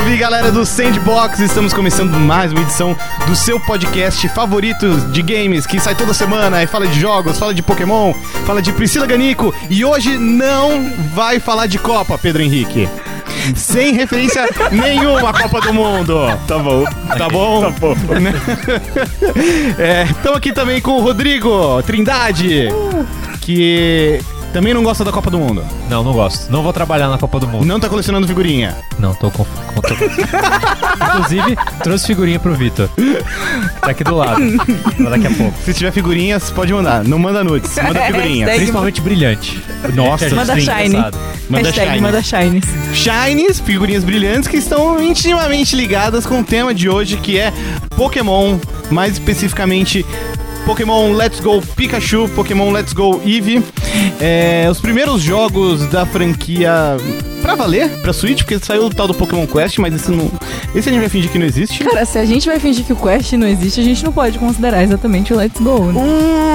Salve, galera do Sandbox! Estamos começando mais uma edição do seu podcast favorito de games, que sai toda semana e fala de jogos, fala de Pokémon, fala de Priscila Ganico, e hoje não vai falar de Copa, Pedro Henrique. Sem referência nenhuma à Copa do Mundo. Tá bom. Tá bom? Tá bom. Estamos aqui também com o Rodrigo Trindade, que também não gosta da Copa do Mundo. Não gosto. Não vou trabalhar na Copa do Mundo. Não tá colecionando figurinha. Não, tô com... Inclusive, trouxe figurinha pro Vitor. Tá aqui do lado. Pra daqui a pouco. Se tiver figurinhas, pode mandar. Não manda nudes, manda figurinha. Principalmente brilhante. Nossa, manda sim. shiny. Manda shinies. Shinies, figurinhas brilhantes que estão intimamente ligadas com o tema de hoje, que é Pokémon, mais especificamente Pokémon Let's Go Pikachu, Pokémon Let's Go Eevee. Os primeiros jogos da franquia pra valer, pra Switch, porque saiu o tal do Pokémon Quest, mas esse a gente vai fingir que não existe. Cara, se a gente vai fingir que o Quest não existe, a gente não pode considerar exatamente o Let's Go, né?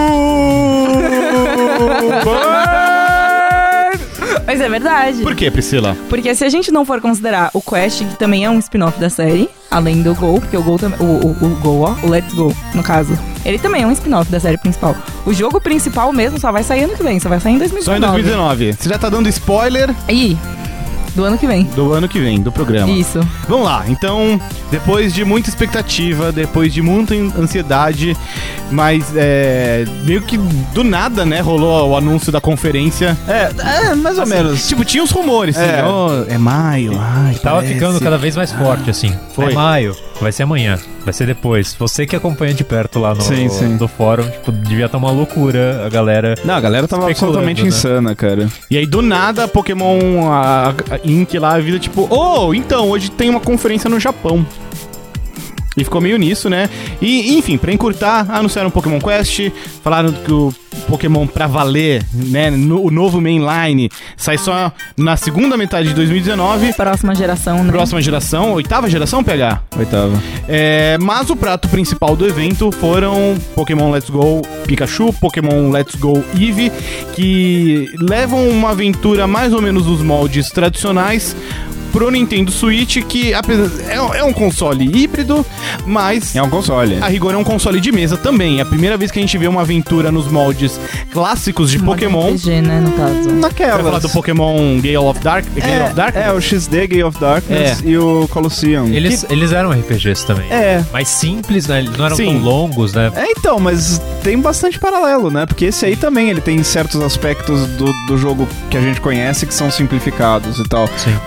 Mas é verdade. Por que, Priscila? Porque se a gente não for considerar o Quest, que também é um spin-off da série, além do Go, porque o Go também. O Let's Go, no caso. Ele também é um spin-off da série principal. O jogo principal mesmo só vai sair ano que vem, só vai sair em 2019. Só em 2019. Você já tá dando spoiler do ano que vem. Do ano que vem, do programa. Isso. Vamos lá, então, depois de muita expectativa, depois de muita ansiedade, mas meio que do nada, né, rolou o anúncio da conferência. Mais ou menos. Tipo, tinha os rumores, assim, é maio, Tava ficando cada vez mais forte, assim. Foi. É maio, vai ser amanhã, vai ser depois. Você que acompanha de perto lá no fórum, tipo, devia estar uma loucura a galera. Não, a galera tava absolutamente insana, cara. E aí, do nada, a Pokémon a Inc. lá, a vida, tipo, então, hoje tem uma conferência no Japão. E ficou meio nisso, né? E, enfim, pra encurtar, anunciaram o Pokémon Quest, falaram que o Pokémon pra valer, né, o novo mainline, sai só na segunda metade de 2019. Próxima geração, né? Próxima geração, 8ª geração, PH? 8ª. Mas o prato principal do evento foram Pokémon Let's Go Pikachu, Pokémon Let's Go Eevee, que levam uma aventura mais ou menos nos moldes tradicionais pro Nintendo Switch, que é um console híbrido, mas... É um console. A rigor é um console de mesa também. É a primeira vez que a gente vê uma aventura nos moldes clássicos de Pokémon. RPG, né, no caso. Vai falar do Pokémon Gale of Darkness? O XD Gale of Darkness e o Colosseum. Eles eram RPGs também. Mais simples, né? Eles não eram tão longos, né? Então, mas tem bastante paralelo, né? Porque esse aí também, ele tem certos aspectos do jogo que a gente conhece que são simplificados e tal. Sim.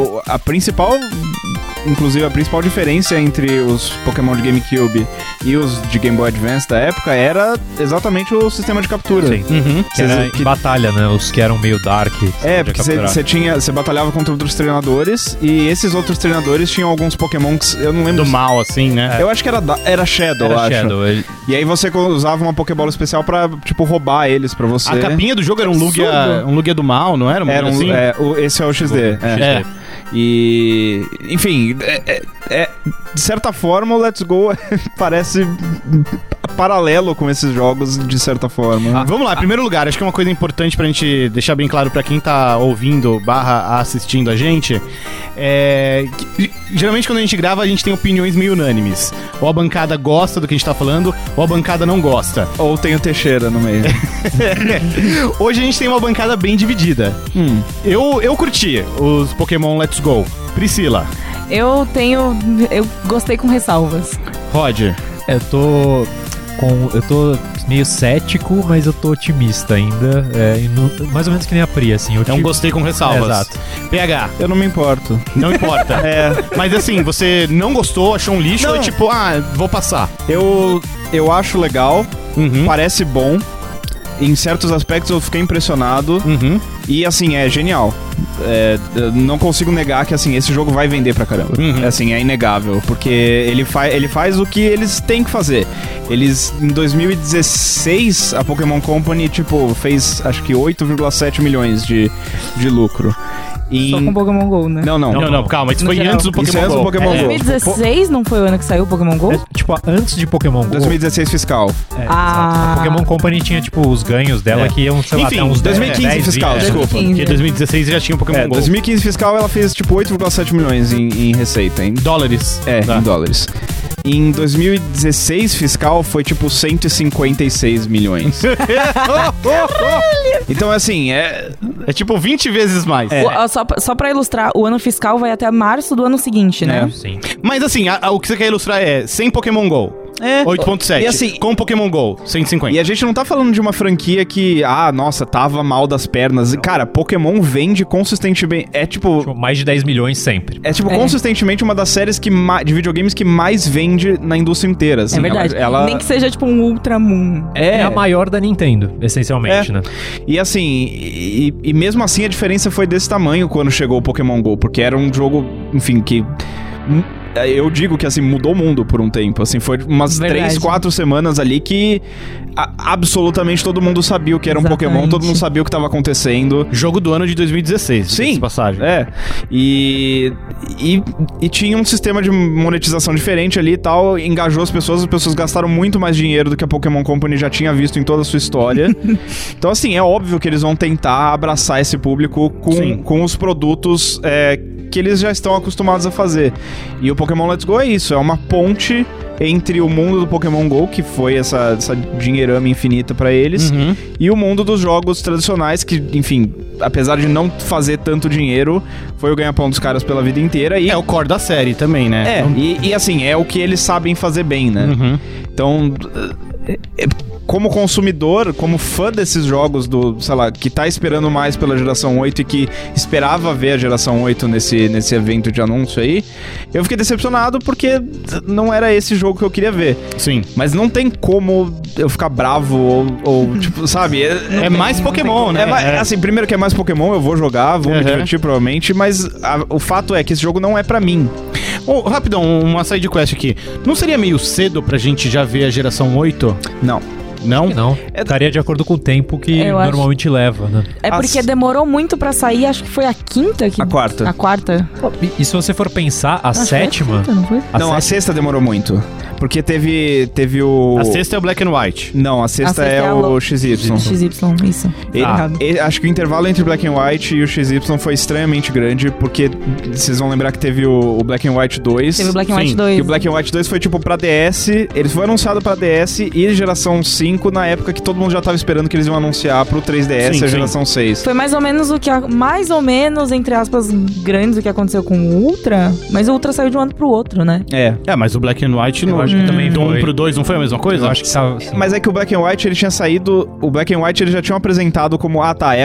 Inclusive, a principal diferença entre os Pokémon de GameCube e os de Game Boy Advance da época era exatamente o sistema de captura. Sim. Que era em batalha, né? Os que eram meio dark. Porque você batalhava contra outros treinadores e esses outros treinadores tinham alguns Pokémon que eu não lembro. Do mal, assim, né? Eu acho que era Shadow, eu acho. Shadow. E aí você usava uma Pokébola especial pra, tipo, roubar eles pra você. A capinha do jogo era um Lugia do mal, não era? Assim? Esse é o XD. E, enfim, de certa forma o Let's Go parece paralelo com esses jogos, de certa forma. Vamos lá, em primeiro lugar, acho que é uma coisa importante pra gente deixar bem claro pra quem tá ouvindo / assistindo a gente, que, geralmente quando a gente grava a gente tem opiniões meio unânimes. Ou a bancada gosta do que a gente tá falando, ou a bancada não gosta. Ou tem o Teixeira no meio. Hoje a gente tem uma bancada bem dividida. Eu curti os Pokémon Let's Go. Priscila. Eu gostei com ressalvas. Rod. Eu tô meio cético, mas eu tô otimista ainda. Mais ou menos que nem a Pri, assim. Então gostei com ressalvas. Exato. PH. Eu não me importo. Não importa. Mas assim, você não gostou, achou um lixo, ou tipo, vou passar? Eu acho legal, parece bom. Em certos aspectos eu fiquei impressionado. E assim, é genial. Não consigo negar que assim, esse jogo vai vender pra caramba. Assim, é inegável. Porque ele faz o que eles têm que fazer. Em 2016, a Pokémon Company, tipo, fez acho que 8,7 milhões de lucro. Só com Pokémon GO, né? Não, calma, isso No foi geral. antes do Pokémon Isso é antes do GO. Pokémon GO. 2016 não foi o ano que saiu o Pokémon GO? Tipo, antes de Pokémon GO. 2016 fiscal. Exato. A Pokémon Company tinha, tipo, os ganhos dela que iam, sei lá, Enfim, até uns 2015 10 fiscal, dias. desculpa. 2015. Porque 2016 já tinha o Pokémon GO. 2015 fiscal ela fez tipo 8,7 milhões em receita, hein? Dólares. Em dólares. Em 2016 fiscal foi tipo 156 milhões. Então, assim, É tipo 20 vezes mais. Só pra ilustrar, o ano fiscal vai até março do ano seguinte, né? Sim. Mas assim, o que você quer ilustrar é sem Pokémon GO. 8.7. E assim, com Pokémon GO, 150. E a gente não tá falando de uma franquia que, nossa, tava mal das pernas. Cara, Pokémon vende consistentemente. É tipo, Mais de 10 milhões sempre. consistentemente uma das séries de videogames que mais vende na indústria inteira. Assim. É verdade. Ela... Nem que seja tipo um Ultra Moon. É a maior da Nintendo, essencialmente, né? E assim, e mesmo assim a diferença foi desse tamanho quando chegou o Pokémon GO, porque era um jogo, enfim, que... Eu digo que, assim, mudou o mundo por um tempo. Assim, foi umas Verdade. 3-4 semanas ali que absolutamente todo mundo sabia o que era um Exatamente. Pokémon, todo mundo sabia o que estava acontecendo. Jogo do ano de 2016. Sim. De passagem. E tinha um sistema de monetização diferente ali e tal, engajou as pessoas gastaram muito mais dinheiro do que a Pokémon Company já tinha visto em toda a sua história. Então, assim, é óbvio que eles vão tentar abraçar esse público com os produtos que eles já estão acostumados a fazer. E o Pokémon Let's Go é isso, é uma ponte entre o mundo do Pokémon GO, que foi essa dinheirama infinita pra eles, e o mundo dos jogos tradicionais, que, enfim, apesar de não fazer tanto dinheiro, foi o ganha-pão dos caras pela vida inteira. E É o core da série também, né? e assim, é o que eles sabem fazer bem, né? Então, como consumidor, como fã desses jogos sei lá, que tá esperando mais pela geração 8 e que esperava ver a geração 8 nesse evento de anúncio aí, eu fiquei decepcionado porque não era esse jogo que eu queria ver. Sim. Mas não tem como eu ficar bravo ou tipo, sabe? É mais Pokémon, né? Assim, primeiro que é mais Pokémon, eu vou jogar, vou me divertir provavelmente, mas o fato é que esse jogo não é pra mim. Rapidão, uma side quest aqui. Não seria meio cedo pra gente já ver a geração 8? Não. Não? Não. Estaria de acordo com o tempo que Eu acho. normalmente leva, né? É porque demorou muito pra sair, acho que foi a quinta que... A quarta. A quarta. E se você for pensar, a Acho que sétima... foi a quinta, não foi? A sexta demorou muito. Porque teve o... A sexta é o Black and White. Não, a sexta é a o lo- XY. XY, isso. Errado. Acho que o intervalo entre o Black and White e o XY foi extremamente grande, porque vocês vão lembrar que teve o Black and White 2. Teve o Black and White Sim, 2. E o Black and White 2 foi tipo pra DS, ele foi anunciado pra DS e geração 5 na época que todo mundo já tava esperando que eles iam anunciar pro 3DS Sim, a sim. geração 6. Foi mais ou menos mais ou menos, entre aspas, grandes o que aconteceu com o Ultra, mas o Ultra saiu de um ano pro outro, né? Mas o Black and White Eu não. acho que também do 1 foi. pro 2 não foi a mesma coisa? Eu acho que tava... assim, Mas é que o Black and White ele tinha saído. O Black and White eles já tinham apresentado como,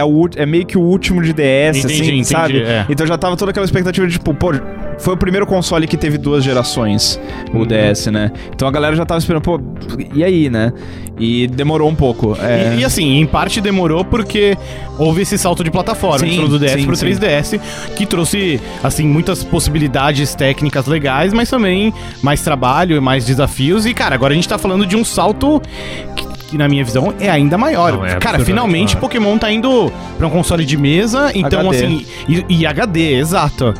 é meio que o último de DS, Entendi, sabe? é. Então já tava toda aquela expectativa de tipo, foi o primeiro console que teve 2 gerações, o DS, né? Então a galera já tava esperando, e aí, né? E demorou um pouco. E assim, em parte demorou porque houve esse salto de plataforma, Sim, do DS sim, pro sim. 3DS, que trouxe, assim, muitas possibilidades técnicas legais, mas também mais trabalho e mais desafios. E, cara, agora a gente tá falando de um salto que na minha visão é ainda maior. Não, é Cara, absurdamente finalmente maior. Pokémon tá indo pra um console de mesa, então HD. assim, e HD, exato.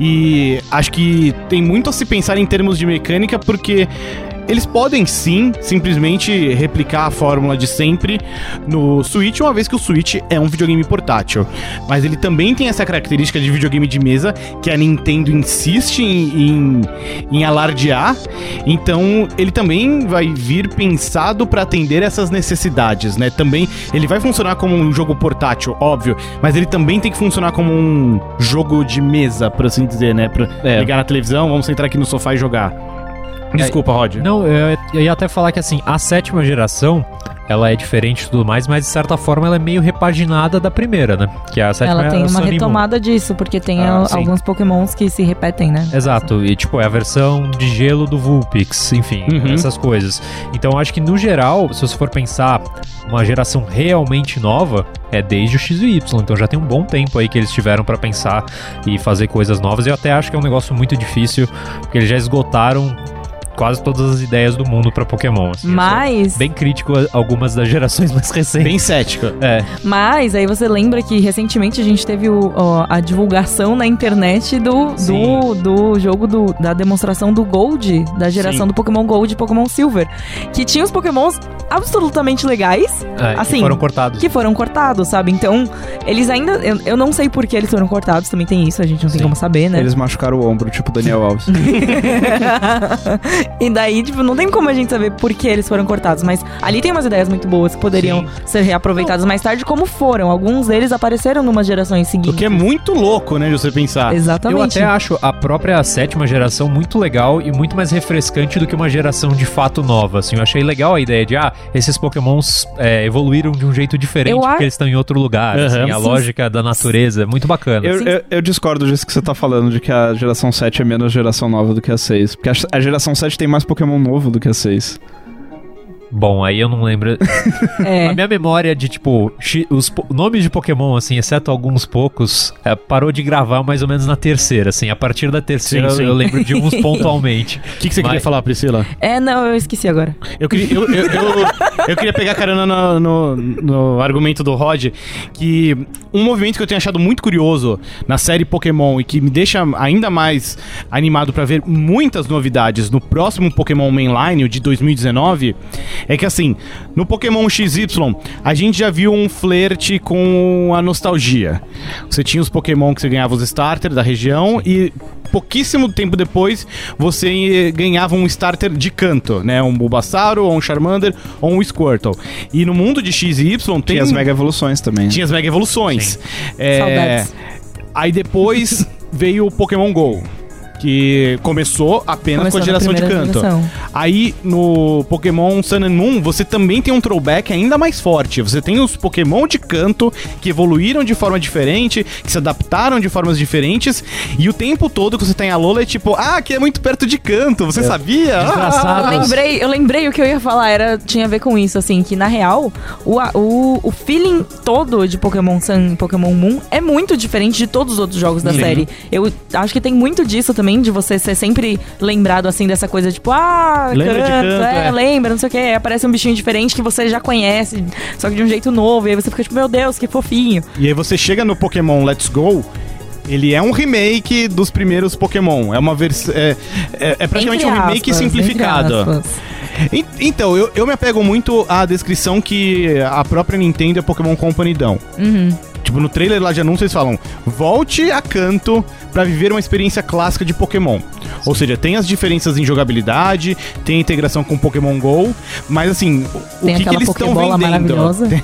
E acho que tem muito a se pensar em termos de mecânica, porque eles podem sim, simplesmente replicar a fórmula de sempre no Switch, uma vez que o Switch é um videogame portátil. Mas ele também tem essa característica de videogame de mesa que a Nintendo insiste em alardear. Então ele também vai vir pensado para atender essas necessidades, né? Também ele vai funcionar como um jogo portátil, óbvio, mas ele também tem que funcionar como um jogo de mesa, por assim dizer, né? Pra ligar na televisão, vamos sentar aqui no sofá e jogar. Desculpa, Rod. Não, eu ia até falar que assim, a sétima geração, ela é diferente e tudo mais, mas de certa forma ela é meio repaginada da primeira, né? Que a sétima Ela tem é a uma Sun e Moon. retomada disso, porque tem Sim. alguns Pokémons que se repetem, né? Exato, e tipo, é a versão de gelo do Vulpix, enfim, essas coisas. Então acho que no geral, se você for pensar uma geração realmente nova, é desde o X e Y, então já tem um bom tempo aí que eles tiveram pra pensar e fazer coisas novas. Eu até acho que é um negócio muito difícil, porque eles já esgotaram quase todas as ideias do mundo pra Pokémon. Assim, mas... bem crítico a algumas das gerações mais recentes. Bem cético. Mas aí você lembra que recentemente a gente teve a divulgação na internet do jogo da demonstração do Gold, da geração do Pokémon Gold e Pokémon Silver, que tinha os Pokémons absolutamente legais, assim, que foram cortados, sabe? Então, eles ainda... Eu não sei por que eles foram cortados, também tem isso, a gente não tem como saber, né? Eles machucaram o ombro, tipo Daniel Alves. E daí, tipo, não tem como a gente saber por que eles foram cortados, mas ali tem umas ideias muito boas que poderiam ser reaproveitadas mais tarde, como foram. Alguns deles apareceram numas gerações seguintes. O que é muito louco, né, de você pensar. Exatamente. Eu até acho a própria 7ª geração muito legal e muito mais refrescante do que uma geração de fato nova, assim. Eu achei legal a ideia de, esses Pokémons evoluíram de um jeito diferente porque eles estão em outro lugar, assim, a lógica da natureza é muito bacana. Eu discordo disso que você tá falando, de que a geração 7 é menos geração nova do que a 6, porque a geração 7 tem mais Pokémon novo do que a 6. Bom, aí eu não lembro. A minha memória de, tipo, os nomes de Pokémon, assim, exceto alguns poucos, parou de gravar mais ou menos na 3ª, assim. A partir da 3ª eu lembro de uns pontualmente. O que você queria falar, Priscila? Não, eu esqueci agora. Eu queria pegar carona no argumento do Rod, que um movimento que eu tenho achado muito curioso na série Pokémon e que me deixa ainda mais animado pra ver muitas novidades no próximo Pokémon Mainline, o de 2019... é que assim, no Pokémon XY, a gente já viu um flerte com a nostalgia. Você tinha os Pokémon que você ganhava os starters da região e pouquíssimo tempo depois você ganhava um starter de canto, né? Um Bulbasaur, ou um Charmander, ou um Squirtle. E no mundo de X e Y tem... Tinha as Mega Evoluções também. Tinha as Mega Evoluções. Saudades. Aí depois veio o Pokémon GO, que começou apenas com a geração de canto. Aí, no Pokémon Sun and Moon, você também tem um throwback ainda mais forte. Você tem os Pokémon de canto que evoluíram de forma diferente, que se adaptaram de formas diferentes, e o tempo todo que você tem a Alola é tipo, aqui é muito perto de canto, você sabia? Eu lembrei o que eu ia falar, tinha a ver com isso, assim, que na real, o feeling todo de Pokémon Sun e Pokémon Moon é muito diferente de todos os outros jogos da série. Eu acho que tem muito disso também, de você ser sempre lembrado, assim, dessa coisa, tipo, lembra de canto, lembra, não sei o que, aparece um bichinho diferente que você já conhece, só que de um jeito novo, e aí você fica tipo, meu Deus, que fofinho. E aí você chega no Pokémon Let's Go, ele é um remake dos primeiros Pokémon, é uma versão, é praticamente um remake simplificado. Então, eu me apego muito à descrição que a própria Nintendo e a Pokémon Company dão. Tipo, no trailer lá de anúncio eles falam: volte a canto pra viver uma experiência clássica de Pokémon. Ou seja, tem as diferenças em jogabilidade, tem a integração com Pokémon GO, mas assim, o que eles estão vendendo?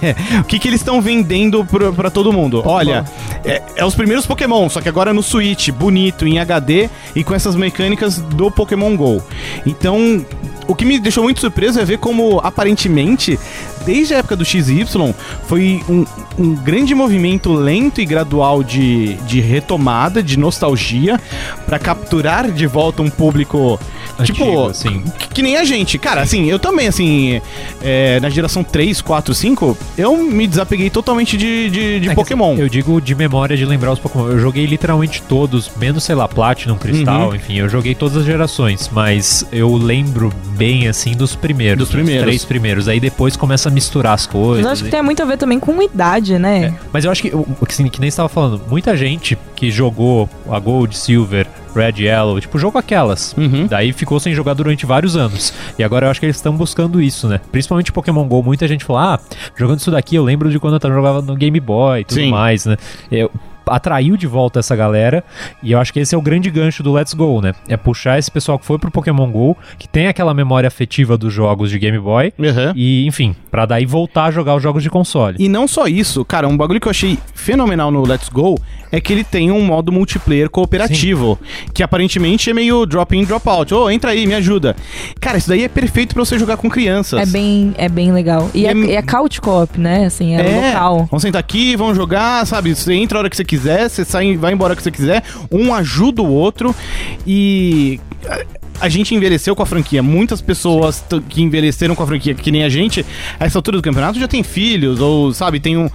O que eles estão vendendo pra todo mundo? Olha, é os primeiros Pokémon, só que agora no Switch, bonito, em HD e com essas mecânicas do Pokémon GO. Então, o que me deixou muito surpreso é ver como, aparentemente, desde a época do XY, foi um grande movimento lento e gradual de retomada, de nostalgia, pra capturar de volta um público antigo, tipo, assim, que nem a gente. Cara, assim, eu também, assim, na geração 3, 4, 5, eu me desapeguei totalmente de Pokémon. Eu digo de memória de lembrar os Pokémon. Eu joguei literalmente todos, menos, sei lá, Platinum, Cristal, enfim, eu joguei todas as gerações, mas eu lembro bem, assim, dos primeiros. Dos 3 primeiros. Aí depois começa a misturar as coisas. Mas eu acho que tem muito a ver também com idade, né? Mas eu acho que, assim, que nem você estava falando, muita gente que jogou a Gold, Silver, Red, Yellow, tipo, jogou aquelas. Daí ficou sem jogar durante vários anos. E agora eu acho que eles estão buscando isso, né? Principalmente Pokémon GO, muita gente falou, jogando isso daqui eu lembro de quando eu jogava no Game Boy e tudo mais, né? Atraiu de volta essa galera, e eu acho que esse é o grande gancho do Let's Go, né? É puxar esse pessoal que foi pro Pokémon GO, que tem aquela memória afetiva dos jogos de Game Boy, e, enfim, pra daí voltar a jogar os jogos de console. E não só isso, cara, um bagulho que eu achei fenomenal no Let's Go é que ele tem um modo multiplayer cooperativo, que aparentemente é meio drop-in, drop-out. Entra aí, me ajuda. Cara, isso daí é perfeito pra você jogar com crianças. É bem legal. E é couch co-op, né? Assim, local. Vamos sentar aqui, vamos jogar, sabe? Você entra a hora que você quiser, você sai, vai embora a hora que você quiser. Um ajuda o outro. E a gente envelheceu com a franquia. Muitas pessoas que envelheceram com a franquia, que nem a gente, a essa altura do campeonato já tem filhos, ou, sabe, tem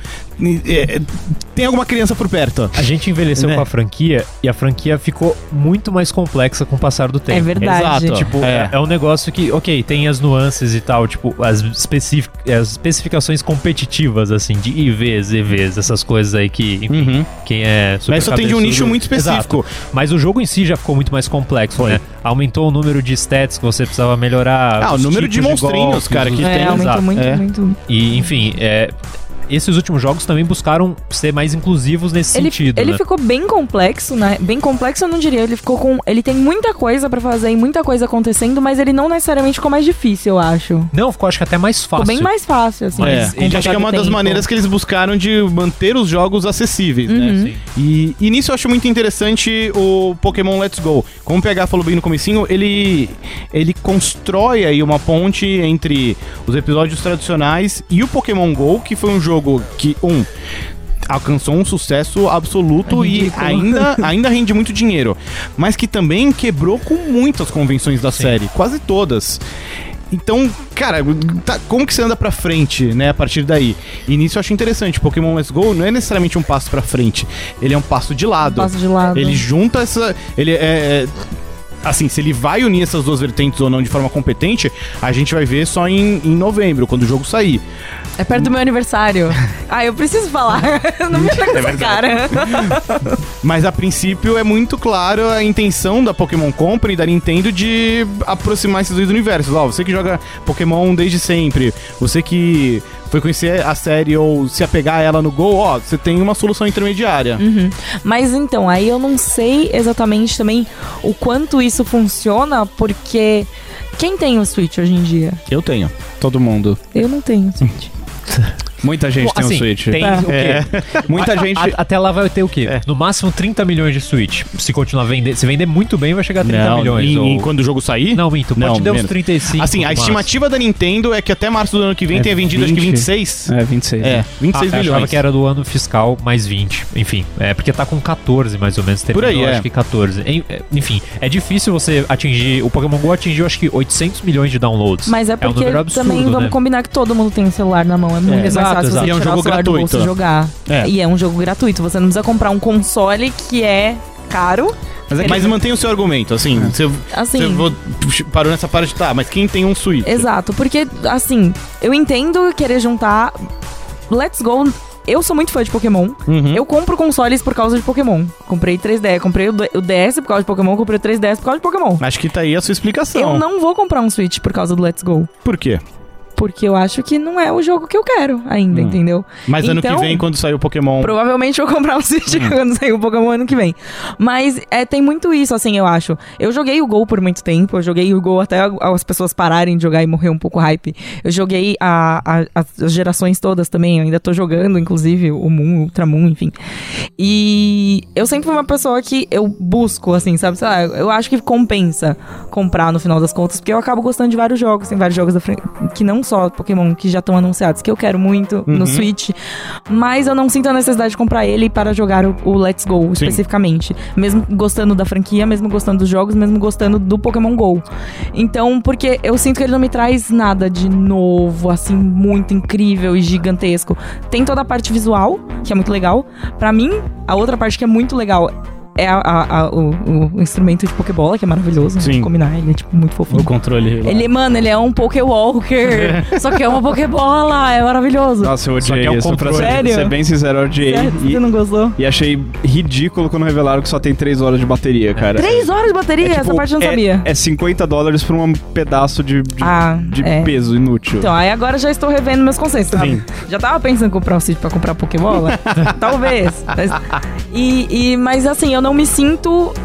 alguma criança por perto. A gente envelheceu com a franquia e a franquia ficou muito mais complexa com o passar do tempo. É verdade. Exato. Tipo, é um negócio que, ok, tem as nuances e tal, tipo, as especificações competitivas, assim, de IVs, EVs, essas coisas aí que, enfim, quem é super Mas só tem de um nicho muito específico. Exato. Mas o jogo em si já ficou muito mais complexo, né? Aumentou o número de stats que você precisava melhorar. O número de monstrinhos, golpes, cara, que tem. Aumentou muito. E, enfim, esses últimos jogos também buscaram ser mais inclusivos nesse sentido. Ele né? ficou bem complexo, né? Bem complexo eu não diria. Ele tem muita coisa pra fazer e muita coisa acontecendo, mas ele não necessariamente ficou mais difícil, eu acho. Não, ficou acho que até mais fácil. Ficou bem mais fácil, assim. E acho que é uma das maneiras que eles buscaram de manter os jogos acessíveis, né? Sim. E nisso eu acho muito interessante o Pokémon Let's Go. Como o PH falou bem no comecinho, ele constrói aí uma ponte entre os episódios tradicionais e o Pokémon GO, que foi um jogo que, alcançou um sucesso absoluto e ainda rende muito dinheiro, mas que também quebrou com muitas convenções da série, quase todas. Então, cara, como que você anda pra frente, né, a partir daí? E nisso eu acho interessante, Pokémon Let's Go não é necessariamente um passo pra frente, ele é um passo de lado. Ele junta essa... Assim, se ele vai unir essas duas vertentes ou não de forma competente, a gente vai ver só em novembro, quando o jogo sair. É perto do meu aniversário. Eu preciso falar. Não me olha com essa cara. Mas a princípio é muito claro a intenção da Pokémon Company e da Nintendo de aproximar esses dois universos. Você que joga Pokémon desde sempre, você que foi conhecer a série ou se apegar a ela no Go, você tem uma solução intermediária. Mas então, aí eu não sei exatamente também o quanto isso funciona, porque quem tem o Switch hoje em dia? Eu tenho. Todo mundo. Eu não tenho Switch. Muita gente tem um Switch. Tem o quê? Muita gente... Até lá vai ter o quê? No máximo 30 milhões de Switch. Se continuar vender, se vender muito bem, vai chegar a 30 milhões. Quando o jogo sair? Não, minto. Pode ter uns 35. Assim, a estimativa da Nintendo é que até março do ano que vem tenha vendido 20. Acho que 26. 26. 26 Eu milhões. achava que era do ano fiscal mais 20. Enfim, porque tá com 14 mais ou menos. Por aí, acho que 14. Enfim, é difícil você atingir... O Pokémon GO atingiu acho que 800 milhões de downloads. Mas é porque um número absurdo, também vamos né? combinar que todo mundo tem um celular na mão. É muito mais fácil você E é um tirar jogo o celular do bolso gratuito. e jogar. E é um jogo gratuito. Você não precisa comprar um console que é caro. Mas mantém o seu argumento, assim. Você parou nessa parte, mas quem tem um Switch? Exato, porque, assim, eu entendo querer juntar Let's Go. Eu sou muito fã de Pokémon. Eu compro consoles por causa de Pokémon. Comprei 3DS, comprei o DS por causa de Pokémon, comprei o 3DS por causa de Pokémon. Acho que tá aí a sua explicação. Eu não vou comprar um Switch por causa do Let's Go. Por quê? Porque eu acho que não é o jogo que eu quero ainda, entendeu? Mas ano que vem, quando sair o Pokémon... Provavelmente eu vou comprar um Switch quando sair o Pokémon ano que vem. Mas tem muito isso, assim, eu acho. Eu joguei o Go por muito tempo. Eu joguei o Go até as pessoas pararem de jogar e morrer um pouco o hype. Eu joguei as gerações todas também. Eu ainda tô jogando, inclusive, o Moon, o Ultra Moon, enfim. E eu sempre fui uma pessoa que eu busco, assim, sabe? Sei lá, eu acho que compensa comprar no final das contas, porque eu acabo gostando de vários jogos. Tem vários jogos que não só Pokémon que já estão anunciados, que eu quero muito no Switch, mas eu não sinto a necessidade de comprar ele para jogar o Let's Go especificamente, mesmo gostando da franquia, mesmo gostando dos jogos, mesmo gostando do Pokémon GO. Então, porque eu sinto que ele não me traz nada de novo, assim, muito incrível e gigantesco. Tem toda a parte visual, que é muito legal. Pra mim, a outra parte que é muito legal é o instrumento de Pokébola, que é maravilhoso. Sim. Combinar, ele é tipo muito fofinho. O controle. Ele é um Pokéwalker. Só que é uma Pokébola, é maravilhoso. Nossa, eu odiei isso. Pra Sério? ser bem sincero, eu odiei. Sério? Você não gostou? E achei ridículo quando revelaram que só tem 3 horas de bateria, cara. 3 horas de bateria? Tipo, essa parte eu não sabia. É $50 por um pedaço de peso inútil. Então, aí agora já estou revendo meus conceitos. Já tava pensando em comprar um sítio pra comprar Pokébola? Talvez. Mas assim, eu não me sinto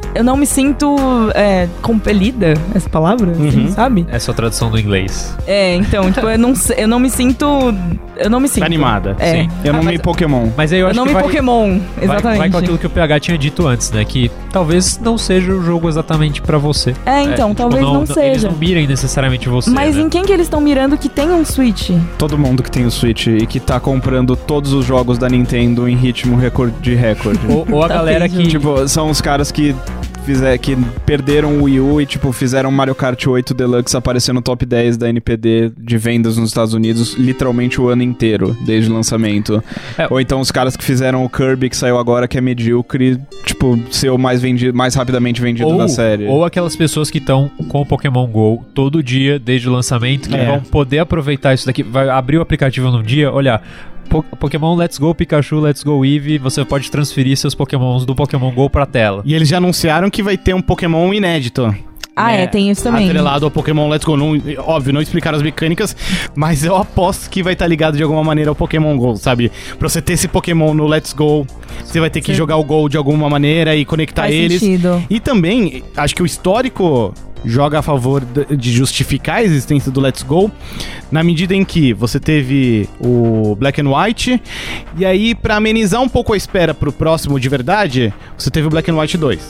compelida, essa palavra, assim, sabe? Essa é a tradução do inglês. Então, tipo, eu não me sinto animada. Sim. Eu não me Pokémon. Mas aí eu acho não que me Pokémon, exatamente. Vai com aquilo que o PH tinha dito antes, né? Que talvez não seja o jogo exatamente pra você. Então, talvez não seja. Eles não mirem necessariamente você, Mas né? em quem que eles estão mirando que tem um Switch? Todo mundo que tem o Switch e que tá comprando todos os jogos da Nintendo em ritmo de recorde. Ou a galera que... Tipo, são os caras que que perderam o Wii U e, tipo, fizeram Mario Kart 8 Deluxe aparecer no top 10 da NPD de vendas nos Estados Unidos literalmente o ano inteiro, desde o lançamento. Ou então os caras que fizeram o Kirby, que saiu agora, que é medíocre, tipo, ser o mais rapidamente vendido da série. Ou aquelas pessoas que estão com o Pokémon GO todo dia, desde o lançamento, que vão poder aproveitar isso daqui, vai abrir o aplicativo num dia, olhar... Pokémon Let's Go Pikachu, Let's Go Eevee, você pode transferir seus Pokémons do Pokémon GO pra tela. E eles já anunciaram que vai ter um Pokémon inédito. Tem isso também. Atrelado ao Pokémon Let's Go. Óbvio, não explicaram as mecânicas, mas eu aposto que vai estar ligado de alguma maneira ao Pokémon GO, sabe? Pra você ter esse Pokémon no Let's Go, você vai ter que jogar o GO de alguma maneira e conectar eles. Sentido. E também, acho que o histórico joga a favor de justificar a existência do Let's Go, na medida em que você teve o Black and White, e aí, pra amenizar um pouco a espera pro próximo de verdade, você teve o Black and White 2.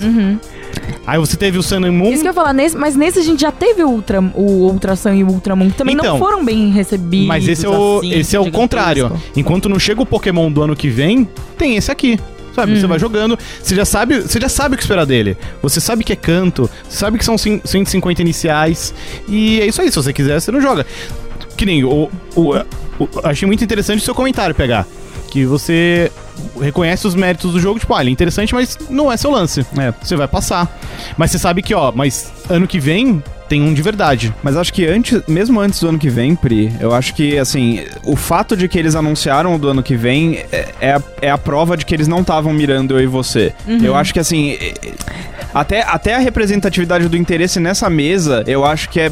Aí você teve o Sun and Moon. Isso que eu ia falar, mas nesse a gente já teve o Ultra Sun e o Ultra Moon, que também não foram bem recebidos. Mas esse é o contrário. Enquanto não chega o Pokémon do ano que vem, tem esse aqui. Sabe, você vai jogando, você já sabe o que esperar dele. Você sabe que é canto, você sabe que são 150 iniciais. E é isso aí, se você quiser, você não joga. Que nem achei muito interessante o seu comentário, PH. Que você reconhece os méritos do jogo, tipo, ele é interessante, mas não é seu lance. Você vai passar. Mas você sabe que, mas ano que vem tem um de verdade. Mas acho que mesmo antes do ano que vem, Pri, eu acho que, assim, o fato de que eles anunciaram o do ano que vem é a prova de que eles não estavam mirando eu e você. Eu acho que, assim, até a representatividade do interesse nessa mesa, eu acho que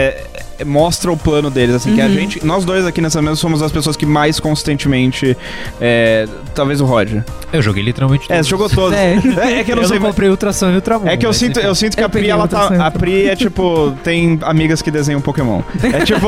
mostra o plano deles, assim, que nós dois aqui nessa mesa somos as pessoas que mais constantemente, talvez o Roger. Eu joguei literalmente tudo. Você jogou todos. É que eu não sei. Eu comprei Ultrason e Ultramon. É que eu sinto que a Pri, a Pri é tipo, tem amigas que desenham Pokémon. É tipo...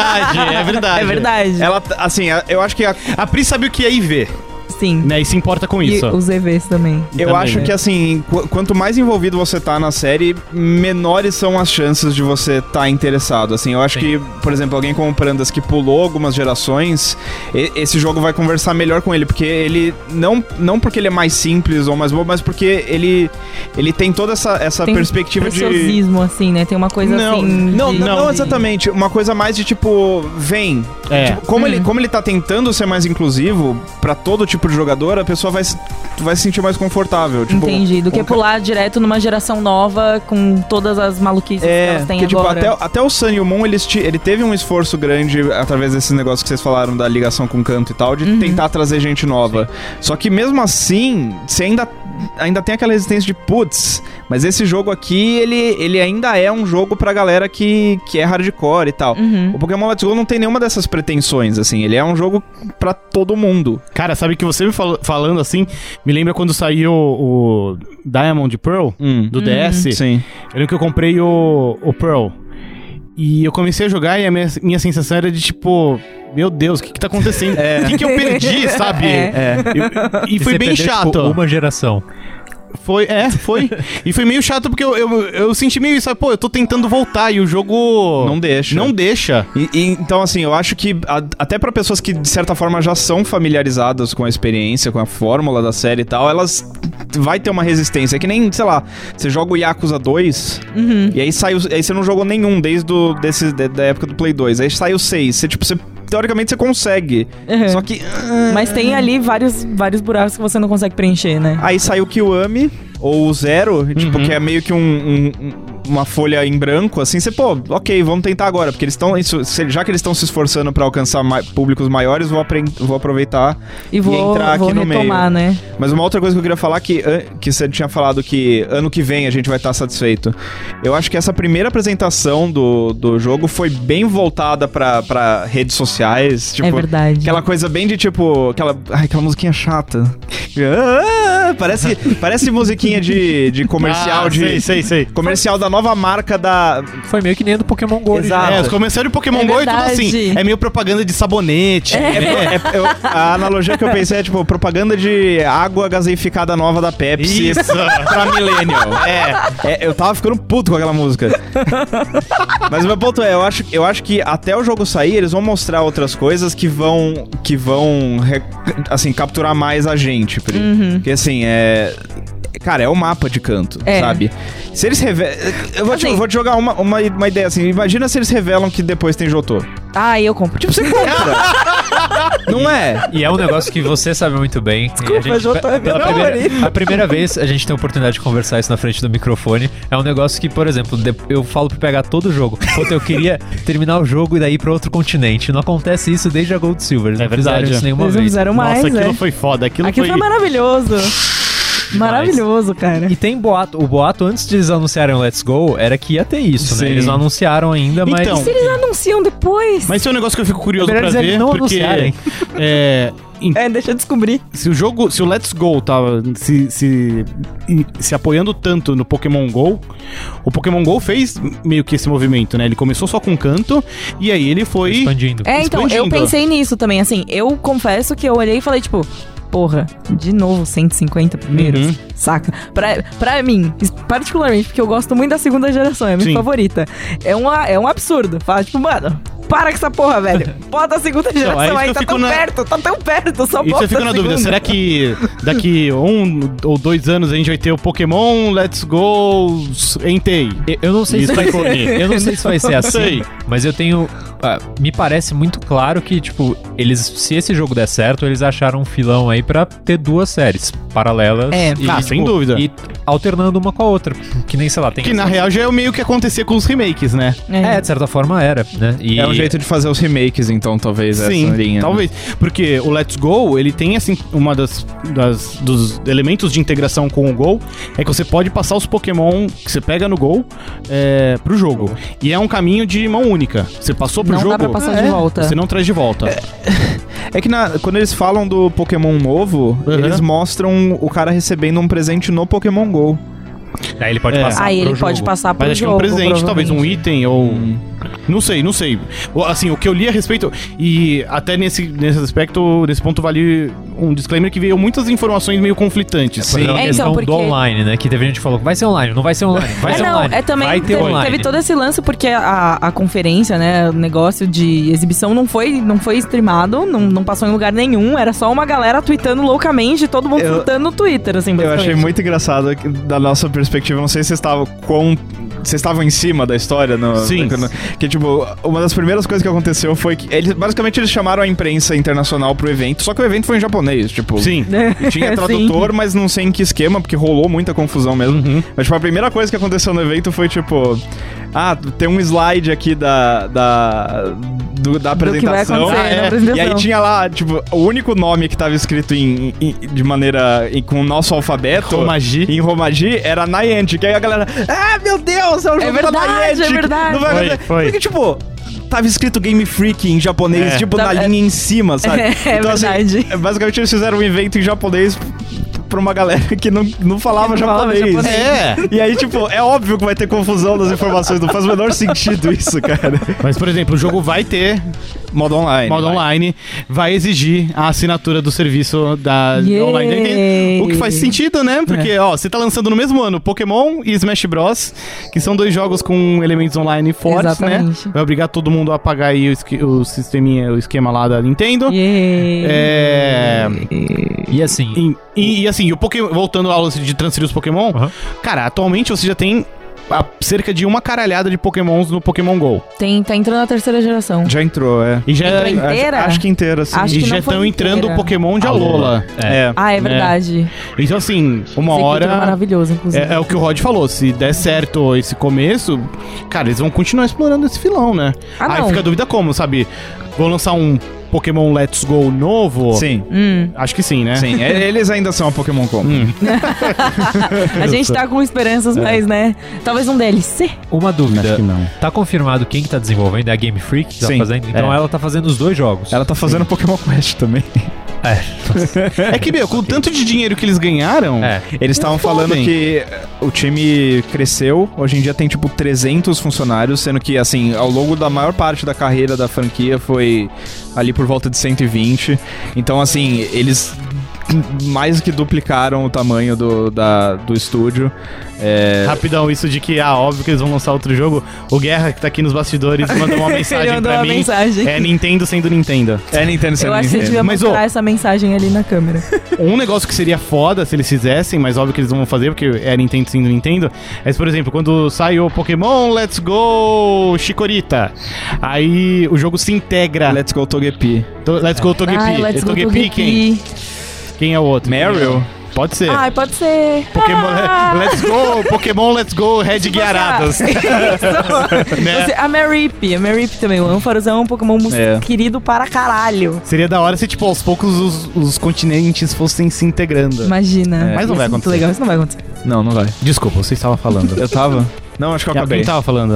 É verdade. Ela, assim, eu acho que a Pri sabe o que é IV. Sim. Né, e se importa com isso. E os EVs também. Eu acho que, assim, quanto mais envolvido você tá na série, menores são as chances de você tá interessado. Assim, eu acho que, por exemplo, alguém como o Prandas que pulou algumas gerações, esse jogo vai conversar melhor com ele, porque ele, não porque ele é mais simples ou mais bobo, mas porque ele tem toda essa tem perspectiva de... preciosismo, assim, né? Tem uma coisa Não exatamente. Uma coisa mais de, tipo, vem. Tipo, como ele tá tentando ser mais inclusivo pra todo tipo de jogador, a pessoa vai se sentir mais confortável. Tipo, entendi. Do que pular direto numa geração nova com todas as maluquices que elas têm agora. Tipo, até o Sun e o Moon, ele teve um esforço grande através desses negócios que vocês falaram da ligação com o canto e tal, de tentar trazer gente nova. Só que mesmo assim, você ainda tem aquela resistência de putz, mas esse jogo aqui, ele ainda é um jogo pra galera que é hardcore e tal. O Pokémon Let's Go não tem nenhuma dessas pretensões, assim, ele é um jogo pra todo mundo. Cara, sabe que você me falando assim, me lembra quando saiu o Diamond Pearl do DS. Sim. Eu lembro que eu comprei o Pearl. E eu comecei a jogar e a minha sensação era de tipo... Meu Deus, o que tá acontecendo? O que eu perdi, sabe? E foi bem chato. Tipo, uma geração. Foi. E foi meio chato porque eu senti meio isso, eu tô tentando voltar e o jogo... Não deixa. Então, assim, eu acho que até pra pessoas que, de certa forma, já são familiarizadas com a experiência, com a fórmula da série e tal, elas... vai ter uma resistência. É que nem, sei lá, você joga o Yakuza 2 e aí você não jogou nenhum desde da época do Play 2. Aí sai o 6. Você teoricamente você consegue. Só que... Mas tem ali vários buracos que você não consegue preencher, né? Aí saiu o Kiwami, ou o Zero, tipo, que é meio que uma folha em branco, assim, você, ok, vamos tentar agora, porque eles estão, já que eles estão se esforçando pra alcançar públicos maiores, vou aproveitar e entrar aqui no meio. Né? Mas uma outra coisa que eu queria falar, que você tinha falado que ano que vem a gente vai estar satisfeito. Eu acho que essa primeira apresentação do jogo foi bem voltada pra redes sociais, tipo, é verdade. Aquela coisa bem de, tipo, aquela musiquinha chata. Parece musiquinha de comercial sei. Comercial da nova marca da... Foi meio que nem do Pokémon GO. Exato. Os comerciais do Pokémon GO é tudo assim. É meio propaganda de sabonete. A analogia que eu pensei é tipo propaganda de água gaseificada nova da Pepsi. Isso. Pra Millennial. Eu tava ficando puto com aquela música. Mas o meu ponto é, eu acho que até o jogo sair, eles vão mostrar outras coisas que vão assim, capturar mais a gente. Porque assim, cara, é o mapa de canto, sabe? Se eles revelam... Eu vou te jogar uma ideia assim. Imagina se eles revelam que depois tem Jotô. Ah, eu compro. Tipo, você compra. Não é? E é um negócio que você sabe muito bem. Desculpa, Jotô é a primeira vez a gente tem a oportunidade de conversar isso na frente do microfone. É um negócio que, por exemplo, eu falo pra pegar todo o jogo. Puta, eu queria terminar o jogo e daí ir pra outro continente. Não acontece isso desde a Gold Silver. Eles não fizeram isso nenhuma Eles não vez. fizeram mais, Nossa, aquilo foi foda. Aquilo foi maravilhoso. Maravilhoso, cara. E tem boato. O boato, antes de eles anunciarem o Let's Go, era que ia ter isso, né? Eles não anunciaram ainda, mas... Então, e se eles anunciam depois? Mas isso é um negócio que eu fico curioso pra ver, não porque... deixa eu descobrir. Se o Let's Go tava se apoiando tanto no Pokémon GO, o Pokémon GO fez meio que esse movimento, né? Ele começou só com canto, e aí ele foi... expandindo. Então, eu pensei nisso também, assim, eu confesso que eu olhei e falei, tipo... Porra, de novo 150 primeiros, saca? Pra mim, particularmente, porque eu gosto muito da segunda geração, é a minha favorita. É um absurdo. Fala, tipo, mano, para com essa porra, velho. Bota a segunda geração aí, tá tão perto, só bota a segunda. E você fica na dúvida, será que daqui 1 ou 2 anos a gente vai ter o Pokémon Let's Go Entei? Eu não sei se vai ser, eu não sei se vai ser assim, mas eu tenho... me parece muito claro que, tipo, se esse jogo der certo, eles acharam um filão aí pra ter 2 séries paralelas. Sem dúvida. E alternando uma com a outra. Que nem, sei lá, tem... Que na real já é meio que acontecia com os remakes, né? De certa forma era, né? E... É um jeito de fazer os remakes, então, talvez, essa linha. Talvez. Né? Porque o Let's Go, ele tem, assim, uma dos elementos de integração com o Go, é que você pode passar os Pokémon que você pega no Go pro jogo. E é um caminho de mão única. Você passou pro jogo... Não dá pra passar de volta. Você não traz de volta. É que quando eles falam do Pokémon novo, eles mostram o cara recebendo um presente no Pokémon GO. Aí ele pode passar pro ele jogo. pode passar pro jogo. Mas acho que é um presente, talvez um item ou... Não sei. Assim, o que eu li a respeito... E até nesse aspecto, nesse ponto, vale um disclaimer que veio muitas informações meio conflitantes. Sim, a questão do online, né? Que teve gente que falou, vai ser online, não vai ser online, vai ser online. Também vai ter online. Teve todo esse lance porque a conferência, né? O negócio de exibição não foi streamado, não passou em lugar nenhum. Era só uma galera tweetando loucamente, todo mundo tweetando no Twitter, assim, eu achei muito engraçado da nossa perspectiva. Não sei se vocês estavam em cima da história. Sim. Que, tipo, uma das primeiras coisas que aconteceu foi que basicamente eles chamaram a imprensa internacional pro evento, só que o evento foi em japonês, tipo... Sim. Tinha tradutor, mas não sei em que esquema, porque rolou muita confusão mesmo. Mas, tipo, a primeira coisa que aconteceu no evento foi, tipo... tem um slide aqui da apresentação. E aí tinha lá, tipo, o único nome que tava escrito de maneira... com o nosso alfabeto... Em Romaji, era Niantic. Aí a galera... meu Deus, é o jogo da Niantic! É verdade, não vai foi. Porque, tipo... Tava escrito Game Freak em japonês, tipo, na linha em cima, sabe? Então, verdade. Assim, basicamente eles fizeram um evento em japonês pra uma galera que não falava japonês. E aí, tipo, é óbvio que vai ter confusão das informações, não faz o menor sentido isso, cara. Mas, por exemplo, o jogo vai ter modo online, vai exigir a assinatura do serviço da online. O que faz sentido, né? Porque, você tá lançando no mesmo ano Pokémon e Smash Bros, que são 2 jogos com elementos online fortes, né? Vai obrigar todo mundo a pagar aí o esquema lá da Nintendo. E assim... E assim, o Pokémon, voltando à aula de transferir os Pokémon, cara, atualmente você já tem cerca de uma caralhada de Pokémons no Pokémon GO. Tá entrando a 3ª geração. Já entrou, E já entrou inteira? Acho que inteira, sim. E já estão entrando o Pokémon de Alola. É verdade. Então, assim, uma hora... É maravilhoso, inclusive. É o que o Rod falou. Se der certo esse começo, cara, eles vão continuar explorando esse filão, né? Aí fica a dúvida como, sabe? Vão lançar um Pokémon Let's Go novo? Sim. Acho que sim, né? Sim, eles ainda são a Pokémon Company. A gente tá com esperanças, mas, né? Talvez um DLC. Uma dúvida. Acho que não. Tá confirmado quem que tá desenvolvendo? É a Game Freak que tá fazendo? Então ela tá fazendo os 2 jogos. Ela tá fazendo Pokémon Quest também. É que, com o tanto de dinheiro que eles ganharam... Eles estavam falando que o time cresceu. Hoje em dia tem, tipo, 300 funcionários, sendo que, assim, ao longo da maior parte da carreira da franquia foi ali por volta de 120. Então, assim, eles mais que duplicaram o tamanho do estúdio. Rapidão, isso de que, óbvio que eles vão lançar outro jogo. O Guerra, que tá aqui nos bastidores, mandou uma mensagem pra mim. É Nintendo sendo Nintendo. É Nintendo sendo Nintendo. Eu acho que você devia mostrar essa mensagem ali na câmera. Um negócio que seria foda se eles fizessem, mas óbvio que eles não vão fazer, porque é Nintendo sendo Nintendo, é, por exemplo, quando sai o Pokémon Let's Go Chikorita, aí o jogo se integra. Let's Go Togepi. Let's Go Togepi. Let's Go Togepi quem? Quem é o outro? Meryl? Pode ser. Pode ser. Pokémon Let's Go Red Guiaradas. Né? A Marip também. O Ampharos é um Pokémon querido para caralho. Seria da hora se, tipo, aos poucos os continentes fossem se integrando. Imagina. Mas não vai acontecer. Legal. Isso não vai acontecer. Não vai. Desculpa, você estava falando. Eu tava? Não, acho que eu acabei. Quem tava falando?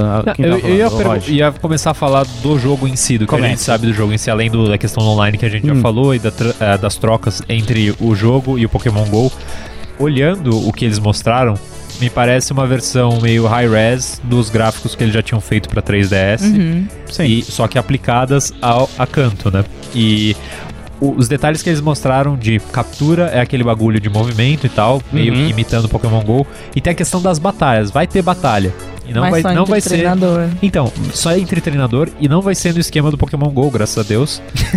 Eu ia começar a falar do jogo em si, do que a gente sabe do jogo em si, além da questão online que a gente já falou e das trocas entre o jogo e o Pokémon GO. Olhando o que eles mostraram, me parece uma versão meio high-res dos gráficos que eles já tinham feito pra 3DS, só que aplicadas a canto, né? E os detalhes que eles mostraram de captura é aquele bagulho de movimento e tal, meio que imitando o Pokémon GO. E tem a questão das batalhas. Vai ter batalha. E não vai ser. Então, só entre treinador e não vai ser no esquema do Pokémon GO, graças a Deus.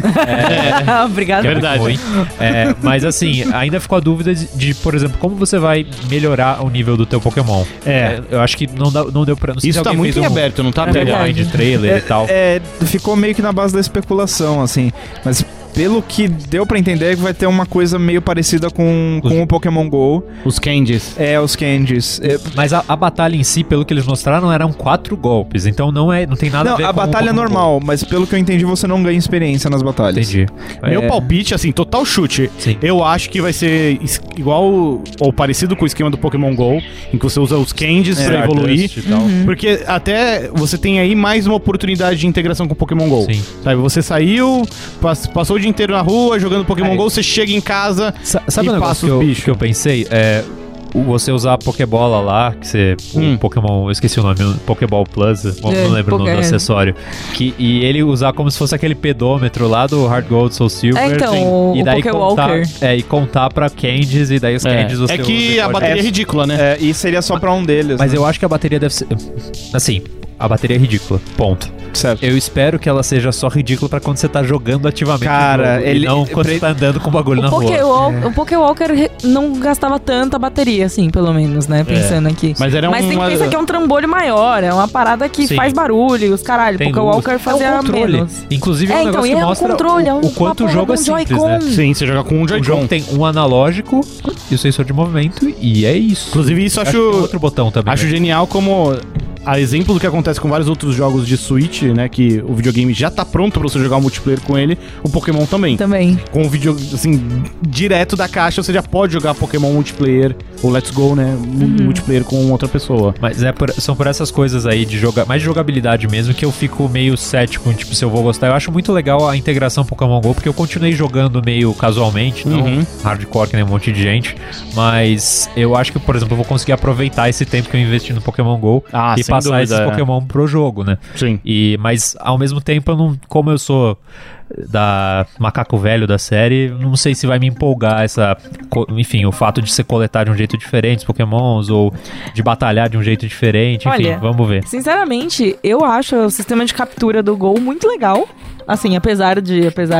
Obrigado. É verdade. Mas assim, ainda ficou a dúvida de, por exemplo, como você vai melhorar o nível do teu Pokémon. Eu acho que não deu pra... Não sei isso se tá muito em aberto, não tá? De trailer e tal. Ficou meio que na base da especulação, assim. Mas pelo que deu pra entender, vai ter uma coisa meio parecida com o Pokémon GO. Os candies. Os candies. Mas a batalha em si, pelo que eles mostraram, eram 4 golpes. Então não tem nada a ver com... a batalha é normal, mas pelo que eu entendi, você não ganha experiência nas batalhas. Entendi. Meu palpite, assim, total chute. Sim. Eu acho que vai ser igual ou parecido com o esquema do Pokémon GO, em que você usa os candies pra evoluir. Porque até você tem aí mais uma oportunidade de integração com o Pokémon GO. Sim. Sabe, você saiu, passou o dia inteiro na rua jogando Pokémon GO, você chega em casa sabe e passa os bichos. Que eu pensei? Você usar a Pokébola lá, que você... O Pokémon... Eu esqueci o nome. O Pokéball Plus. Não lembro o nome do acessório. E ele usar como se fosse aquele pedômetro lá do Hard Gold, Soul Silver. Então, e daí Pokéwalker. E contar pra candies, e daí os candies você que a bateria é ridícula, né? E seria só pra um deles. Mas né? eu acho que a bateria deve ser... Assim, a bateria é ridícula. Ponto. Certo. Eu espero que ela seja só ridícula pra quando você tá jogando ativamente. Cara, e não quando você tá andando com o bagulho na rua. O Pokéwalker não gastava tanta bateria, assim, pelo menos, né? Pensando aqui. Mas tem que pensar que é um trambolho maior, é uma parada que faz barulho, os caralho. O Pokéwalker fazia menos. Inclusive é um negócio que mostra o quanto o jogo é simples, né? Sim, você joga com um Joy-Con. O jogo tem um analógico e o sensor de movimento, e é isso. Inclusive isso acho outro botão também. Acho genial como... A exemplo do que acontece com vários outros jogos de Switch, né? Que o videogame já tá pronto pra você jogar o multiplayer com ele. O Pokémon também. Com o vídeo, assim, direto da caixa, você já pode jogar Pokémon multiplayer, ou Let's Go, né? Multiplayer com outra pessoa. Mas são por essas coisas aí, mais de jogabilidade mesmo, que eu fico meio cético, tipo, se eu vou gostar. Eu acho muito legal a integração Pokémon GO, porque eu continuei jogando meio casualmente, não hardcore, que nem um monte de gente. Mas eu acho que, por exemplo, eu vou conseguir aproveitar esse tempo que eu investi no Pokémon GO e passar esses Pokémon pro jogo, né? Sim. Mas, ao mesmo tempo, como eu sou da macaco velho da série, não sei se vai me empolgar enfim, o fato de você coletar de um jeito diferente os Pokémons, ou de batalhar de um jeito diferente, enfim, olha, vamos ver. Sinceramente, eu acho o sistema de captura do Go muito legal. Assim, apesar de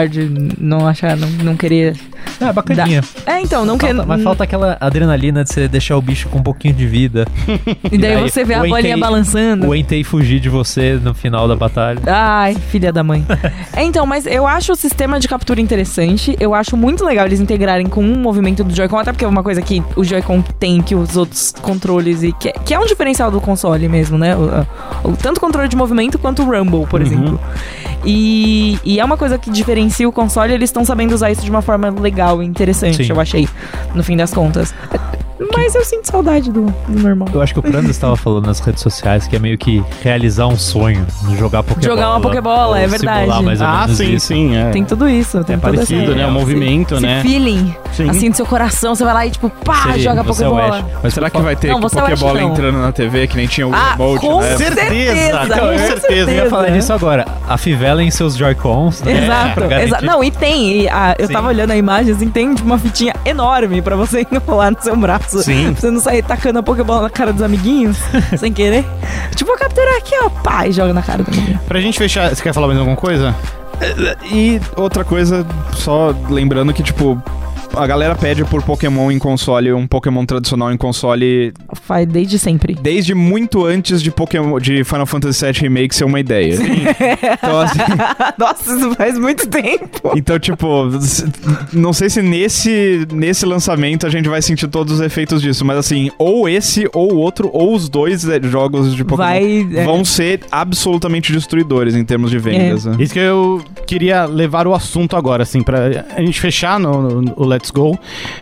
não achar, não querer... É bacaninha. Então, não quer... Mas falta aquela adrenalina de você deixar o bicho com um pouquinho de vida. E daí você vê a bolinha balançando. O Entei fugir de você no final da batalha. Ai, filha da mãe. Então, mas eu acho o sistema de captura interessante. Eu acho muito legal eles integrarem com um movimento do Joy-Con, até porque é uma coisa que o Joy-Con tem que os outros controles, e que é um diferencial do console mesmo, né? Tanto o controle de movimento quanto o Rumble, por exemplo. E é uma coisa que diferencia o console, eles estão sabendo usar isso de uma forma legal e interessante, eu achei, no fim das contas. Mas eu sinto saudade do normal. Eu acho que o Prandas estava falando nas redes sociais que é meio que realizar um sonho, jogar Pokébola. Jogar uma Pokébola, é verdade. Mais ou menos sim, isso. sim. É. Tem tudo isso. Tem Parecido, né? O movimento, né? Esse feeling, Sim. assim, do seu coração. Você vai lá e, tipo, pá, Sim, joga você é o Pokébola. Ash. Mas será que vai ter Não, você é o Pokébola Ash, não. entrando na TV, que nem tinha o emote, com né? certeza, com certeza. Eu ia falar disso agora. A Fivela em seus Joy-Cons. né? Exato, Pra garantir- exato. Não, e tem. Eu Sim. tava olhando a imagem, assim, tem tipo, uma fitinha enorme pra você enrolar no seu braço. Sim. Pra você não sair tacando a Pokébola na cara dos amiguinhos, sem querer. Tipo, vou capturar aqui, ó, pá, e joga na cara do amiguinho. Pra gente fechar, você quer falar mais alguma coisa? E outra coisa, só lembrando que, tipo, a galera pede por Pokémon em console, um Pokémon tradicional em console, Faz desde sempre. desde muito antes de Pokémon, de Final Fantasy VII Remake ser uma ideia. Então, assim, Nossa, isso faz muito tempo. então, tipo, não sei se nesse lançamento a gente vai sentir todos os efeitos disso, mas assim, ou esse, ou o outro, ou os dois jogos de Pokémon vão ser absolutamente destruidores em termos de vendas. Né? Isso que eu queria levar o assunto agora, assim, pra a gente fechar no Let's Go.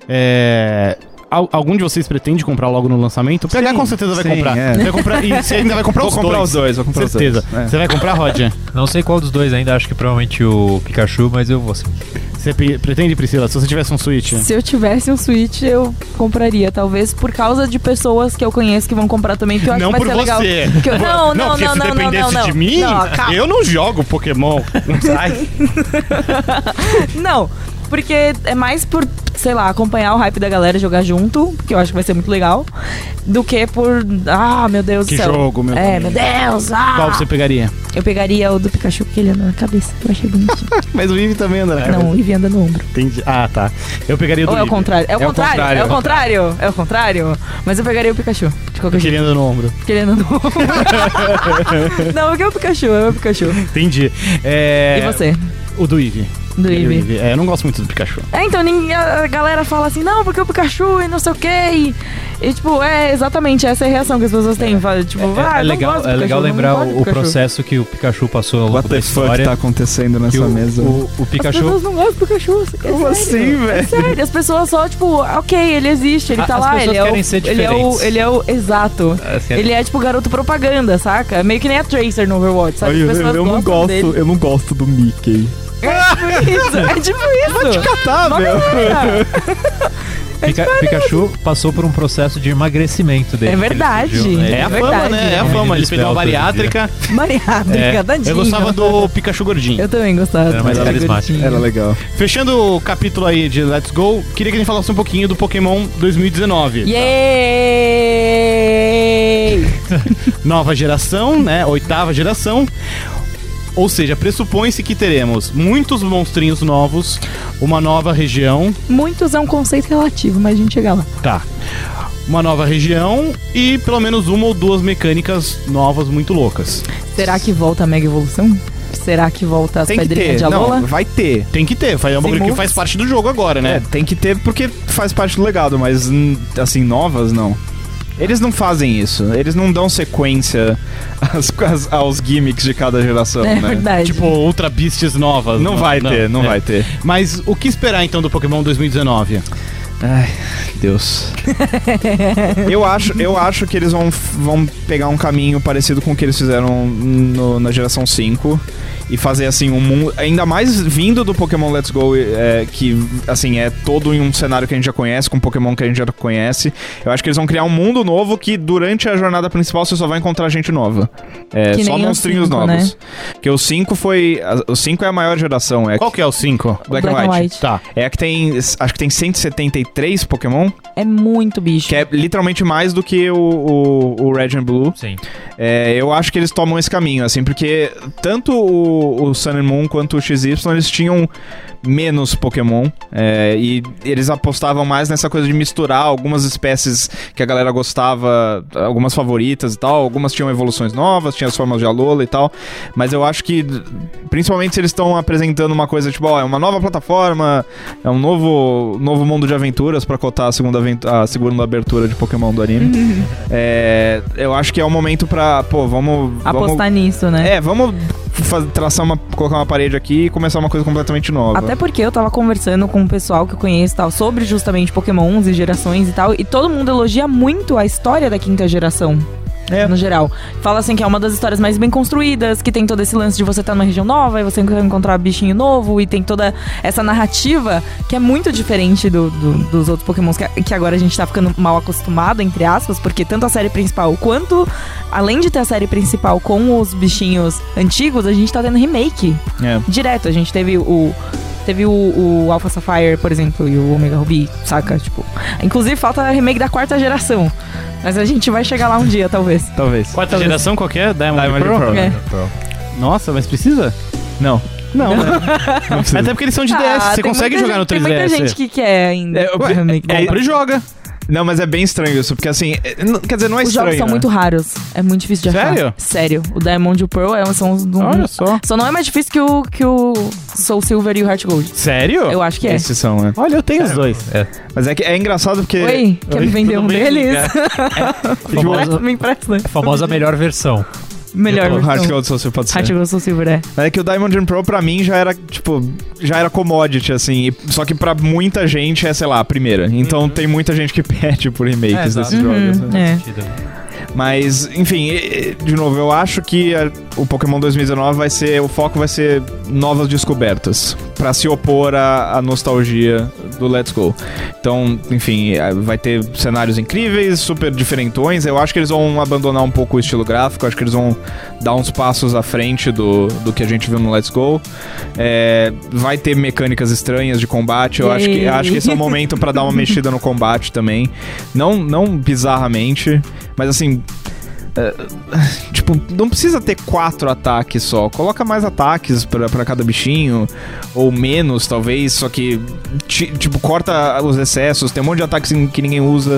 Algum de vocês pretende comprar logo no lançamento? PH Sim, com certeza vai sim, comprar. é. Você vai comprar. E você ainda vai comprar Vou os comprar dois. os dois, vou comprar os certeza. dois, é. Você vai comprar, Roger? Não sei qual dos dois ainda, acho que provavelmente o Pikachu, mas eu vou sim. Você pretende, Priscila? Se você tivesse um Switch? Se eu tivesse um Switch, eu compraria. Talvez por causa de pessoas que eu conheço que vão comprar também, que eu acho Não que vai por ser legal. você. Que eu- Não, porque se dependesse de mim, Não, calma. eu não jogo Pokémon. Não sai. Não, porque é mais por, sei lá, acompanhar o hype da galera, jogar junto, que eu acho que vai ser muito legal, do que por, meu Deus Que do céu. jogo, meu É, Deus. meu Deus, Qual você pegaria? Eu pegaria o do Pikachu, porque ele anda na cabeça, eu achei bonitinho. Mas o Eevee também anda, né? Não, o Eevee anda no ombro. Entendi. Ah, tá. Eu pegaria o do Ou é o Eevee. contrário? É o contrário? contrário. É o contrário? É o contrário? Mas eu pegaria o Pikachu, de qualquer Porque ele jeito. anda no ombro. Porque ele anda no ombro. Não, porque é o Pikachu, é o Pikachu. Entendi. E você? O do Eevee. Do Eevee. Eu não gosto muito do Pikachu. Então a galera fala assim, não, porque o Pikachu e não sei o quê. E tipo, exatamente essa é a reação que as pessoas têm. Tipo, É legal, não gosto do é legal Pikachu, lembrar não gosto do o Pikachu. processo que o Pikachu passou ao longo What da the fuck história. tá acontecendo que nessa mesa? o As Pikachu... pessoas não gostam do Pikachu. Como assim, velho? É sério, as pessoas só, tipo, ok, ele existe, ele tá As lá, pessoas ele é querem ser diferentes. ele é o exato. Assim, Ele é tipo garoto propaganda, saca? Meio que nem a Tracer no Overwatch, sabe? As pessoas gostam dele. eu não gosto do Mickey. É tipo isso. Vai te catar, Uma meu. galera. Pikachu passou por um processo de emagrecimento dele. É verdade. É a fama, verdade. né? É a fama. Ele fez uma bariátrica. Bariátrica, tadinho. Eu gostava do Pikachu gordinho. Eu também gostava. Era mais do carismático. gordinho. Era legal. Fechando o capítulo aí de Let's Go, queria que a gente falasse um pouquinho do Pokémon 2019. Yay! Nova geração, né? 8ª geração. Ou seja, pressupõe-se que teremos muitos monstrinhos novos, uma nova região. Muitos é um conceito relativo, mas a gente chega lá. Tá. Uma nova região e pelo menos uma ou duas mecânicas novas muito loucas. Será que volta a Mega Evolução? Será que volta as Tem que pedrinhas ter. de Alola? Não, vai ter. Tem que ter, é um bagulho que moves. faz parte do jogo agora, né? Tem que ter porque faz parte do legado, mas assim, novas não. Eles não fazem isso, eles não dão sequência aos gimmicks de cada geração, É né? verdade. Tipo, Ultra Beasts novas. Não vai ter, não vai ter. Mas o que esperar então do Pokémon 2019? Ai, Deus. eu acho que eles vão pegar um caminho parecido com o que eles fizeram na geração 5 e fazer assim um mundo, ainda mais vindo do Pokémon Let's Go, que assim é todo em um cenário que a gente já conhece, com Pokémon que a gente já conhece. Eu acho que eles vão criar um mundo novo que durante a jornada principal você só vai encontrar gente nova. Que Só nem o monstrinhos 5, novos. né? Porque o 5 o 5 é a maior geração, Qual que é o 5? Black and White. Tá. É a que tem, acho que tem 173 Pokémon, É muito bicho. que é literalmente mais do que o Red and Blue. Sim. Eu acho que eles tomam esse caminho, assim, porque tanto o Sun and Moon quanto o XY, eles tinham menos Pokémon, e eles apostavam mais nessa coisa de misturar algumas espécies que a galera gostava, algumas favoritas e tal, algumas tinham evoluções novas, tinha as formas de Alola e tal, mas eu acho que, principalmente se eles estão apresentando uma coisa tipo, é uma nova plataforma, é um novo mundo de aventuras pra cotar a segunda abertura de Pokémon do anime, eu acho que é o momento pra, vamos Apostar nisso, né? vamos colocar uma parede aqui e começar uma coisa completamente nova. Até porque eu tava conversando com o pessoal que eu conheço e tal, sobre justamente Pokémons e gerações e tal, e todo mundo elogia muito a história da 5ª geração. No geral. Fala assim que é uma das histórias mais bem construídas, que tem todo esse lance de você estar numa região nova e você encontrar bichinho novo, e tem toda essa narrativa que é muito diferente dos outros Pokémons, que agora a gente tá ficando mal acostumado, entre aspas, porque tanto a série principal quanto, além de ter a série principal com os bichinhos antigos, a gente tá tendo remake. Direto, a gente teve o Alpha Sapphire, por exemplo, e o Omega Ruby, saca? Tipo, inclusive falta remake da 4ª geração. Mas a gente vai chegar lá um dia, talvez. Talvez. 4ª geração qual que é? Diamond Pro? Nossa, mas precisa? Não. Não até porque eles são de DS, você consegue jogar no 3DS. Tem muita gente que quer ainda. Compra e joga. Não, mas é bem estranho isso, porque assim, quer dizer, não é os estranho. Os jogos são muito raros, é muito difícil de achar. Sério? O Diamond e o Pearl são os do... Olha só. Só não é mais difícil que o Soul Silver e o Heart Gold. Sério? Eu acho que é. Esses são, né? Olha, eu tenho os dois. Mas é engraçado porque... Oi, quer me vender um deles? Me empresta. A famosa melhor versão. Melhor versão. Heart Gold Soul Silver pode ser. Heart Gold Soul Silver, Mas é que o Diamond and Pearl pra mim já era commodity, assim. Só que pra muita gente é, sei lá, a primeira. Então tem muita gente que pede por remakes desses jogos. Né? Mas, enfim, de novo, eu acho que o Pokémon 2019 o foco vai ser novas descobertas, pra se opor à nostalgia do Let's Go. Então, enfim, vai ter cenários incríveis, super diferentões. Eu acho que eles vão abandonar um pouco o estilo gráfico, acho que eles vão dar uns passos à frente do que a gente viu no Let's Go. Vai ter mecânicas estranhas de combate, eu acho que esse é o momento pra dar uma mexida no combate também. Não bizarramente, mas assim... tipo, não precisa ter 4 ataques só. Coloca mais ataques pra cada bichinho, ou menos, talvez. Só que, tipo, corta os excessos. Tem um monte de ataques que ninguém usa.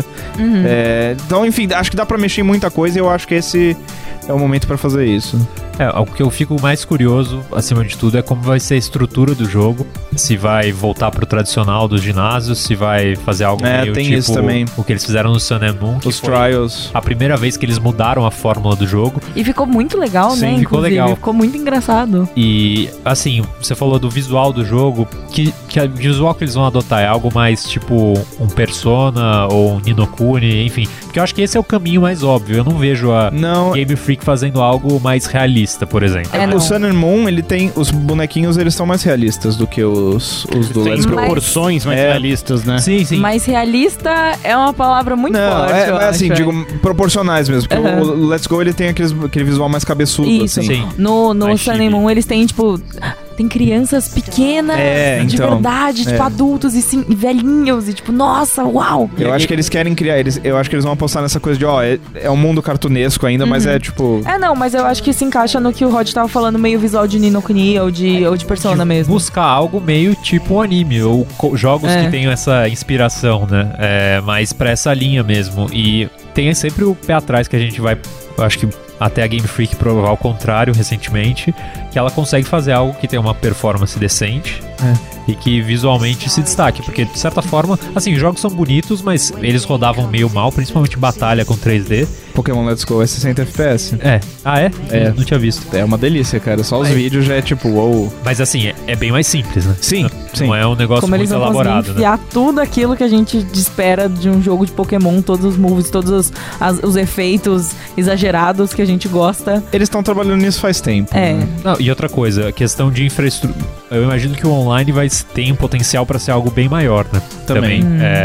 Então, enfim, acho que dá pra mexer em muita coisa. E eu acho que esse é o momento pra fazer isso. O que eu fico mais curioso, acima de tudo, é como vai ser a estrutura do jogo. Se vai voltar pro tradicional dos ginásios, se vai fazer algo meio tem tipo isso também. O que eles fizeram no Sun and Moon, que os Trials. A primeira vez que eles mudaram a fórmula do jogo. E ficou muito legal, né? Sim, ficou legal. Ficou muito engraçado. E, assim, você falou do visual do jogo, que o visual que eles vão adotar é algo mais tipo um Persona ou um Ni no Kuni, enfim. Porque eu acho que esse é o caminho mais óbvio. Eu não vejo a Game Freak fazendo algo mais realista, por exemplo. O Sun and Moon, ele tem... Os bonequinhos, eles são mais realistas do que os do Let's Go. Tem proporções mais realistas, né? Sim. Mais realista é uma palavra muito forte, eu assim, acho. digo, proporcionais mesmo. Porque o Let's Go, ele tem aquele visual mais cabeçudo, isso. assim. Sim. No Sun and Moon, eles têm, tipo... Tem crianças pequenas, de verdade, tipo, adultos e velhinhos, e tipo, nossa, uau! Eu acho que eles querem criar, eu acho que eles vão apostar nessa coisa de, é um mundo cartunesco ainda, mas é tipo... Não, mas eu acho que se encaixa no que o Rod tava falando, meio visual de Ni no Kuni ou de Persona mesmo. Buscar algo meio tipo um anime, ou jogos que tenham essa inspiração, né? Mais pra essa linha mesmo. E tem sempre o pé atrás que a gente vai, acho que até a Game Freak provar o contrário recentemente, que ela consegue fazer algo que tem uma performance decente e que visualmente se destaque, porque de certa forma, assim, os jogos são bonitos, mas eles rodavam meio mal, principalmente batalha com 3D. Pokémon Let's Go é 60 FPS. Não tinha visto. É uma delícia, cara, só os vídeos já é tipo, uou. Mas assim, é bem mais simples, né? Sim. Não é um negócio como muito elaborado, né? Enfiar tudo aquilo que a gente espera de um jogo de Pokémon, todos os moves, todos os efeitos exagerados que a gente gosta. Eles estão trabalhando nisso faz tempo. Né? Não, e outra coisa, a questão de infraestrutura. Eu imagino que o online tem um potencial para ser algo bem maior, né? Também.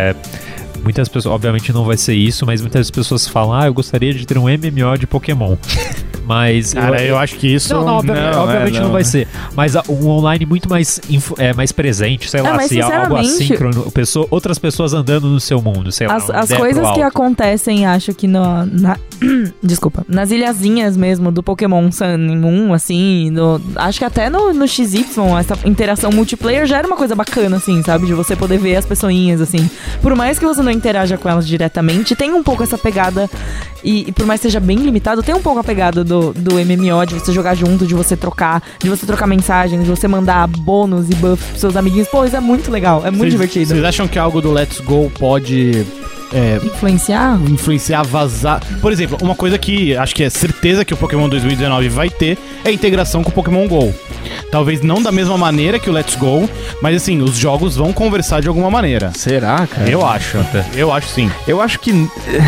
Muitas pessoas, obviamente não vai ser isso, mas muitas pessoas falam, eu gostaria de ter um MMO de Pokémon. Mas... Cara, eu acho que isso... Obviamente não vai ser. Mas um online muito mais, mais presente, sei lá, se algo assíncrono, outras pessoas andando no seu mundo, sei lá. As coisas que acontecem, acho que desculpa, nas ilhazinhas mesmo do Pokémon Sun and Moon, assim, acho que até no XY, essa interação multiplayer já era uma coisa bacana, assim, sabe? De você poder ver as pessoinhas, assim. Por mais que você não interaja com elas diretamente, tem um pouco essa pegada, e por mais que seja bem limitado, tem um pouco a pegada do MMO, de você jogar junto, de você trocar mensagens, de você mandar bônus e buff pros seus amiguinhos. Pô, isso é muito legal, é muito divertido. Vocês acham que algo do Let's Go pode influenciar, vazar. Por exemplo, uma coisa que acho que é certeza que o Pokémon 2019 vai ter é a integração com o Pokémon GO. Talvez não da mesma maneira que o Let's Go, mas assim, os jogos vão conversar de alguma maneira. Será, cara? Eu acho sim. Eu acho que...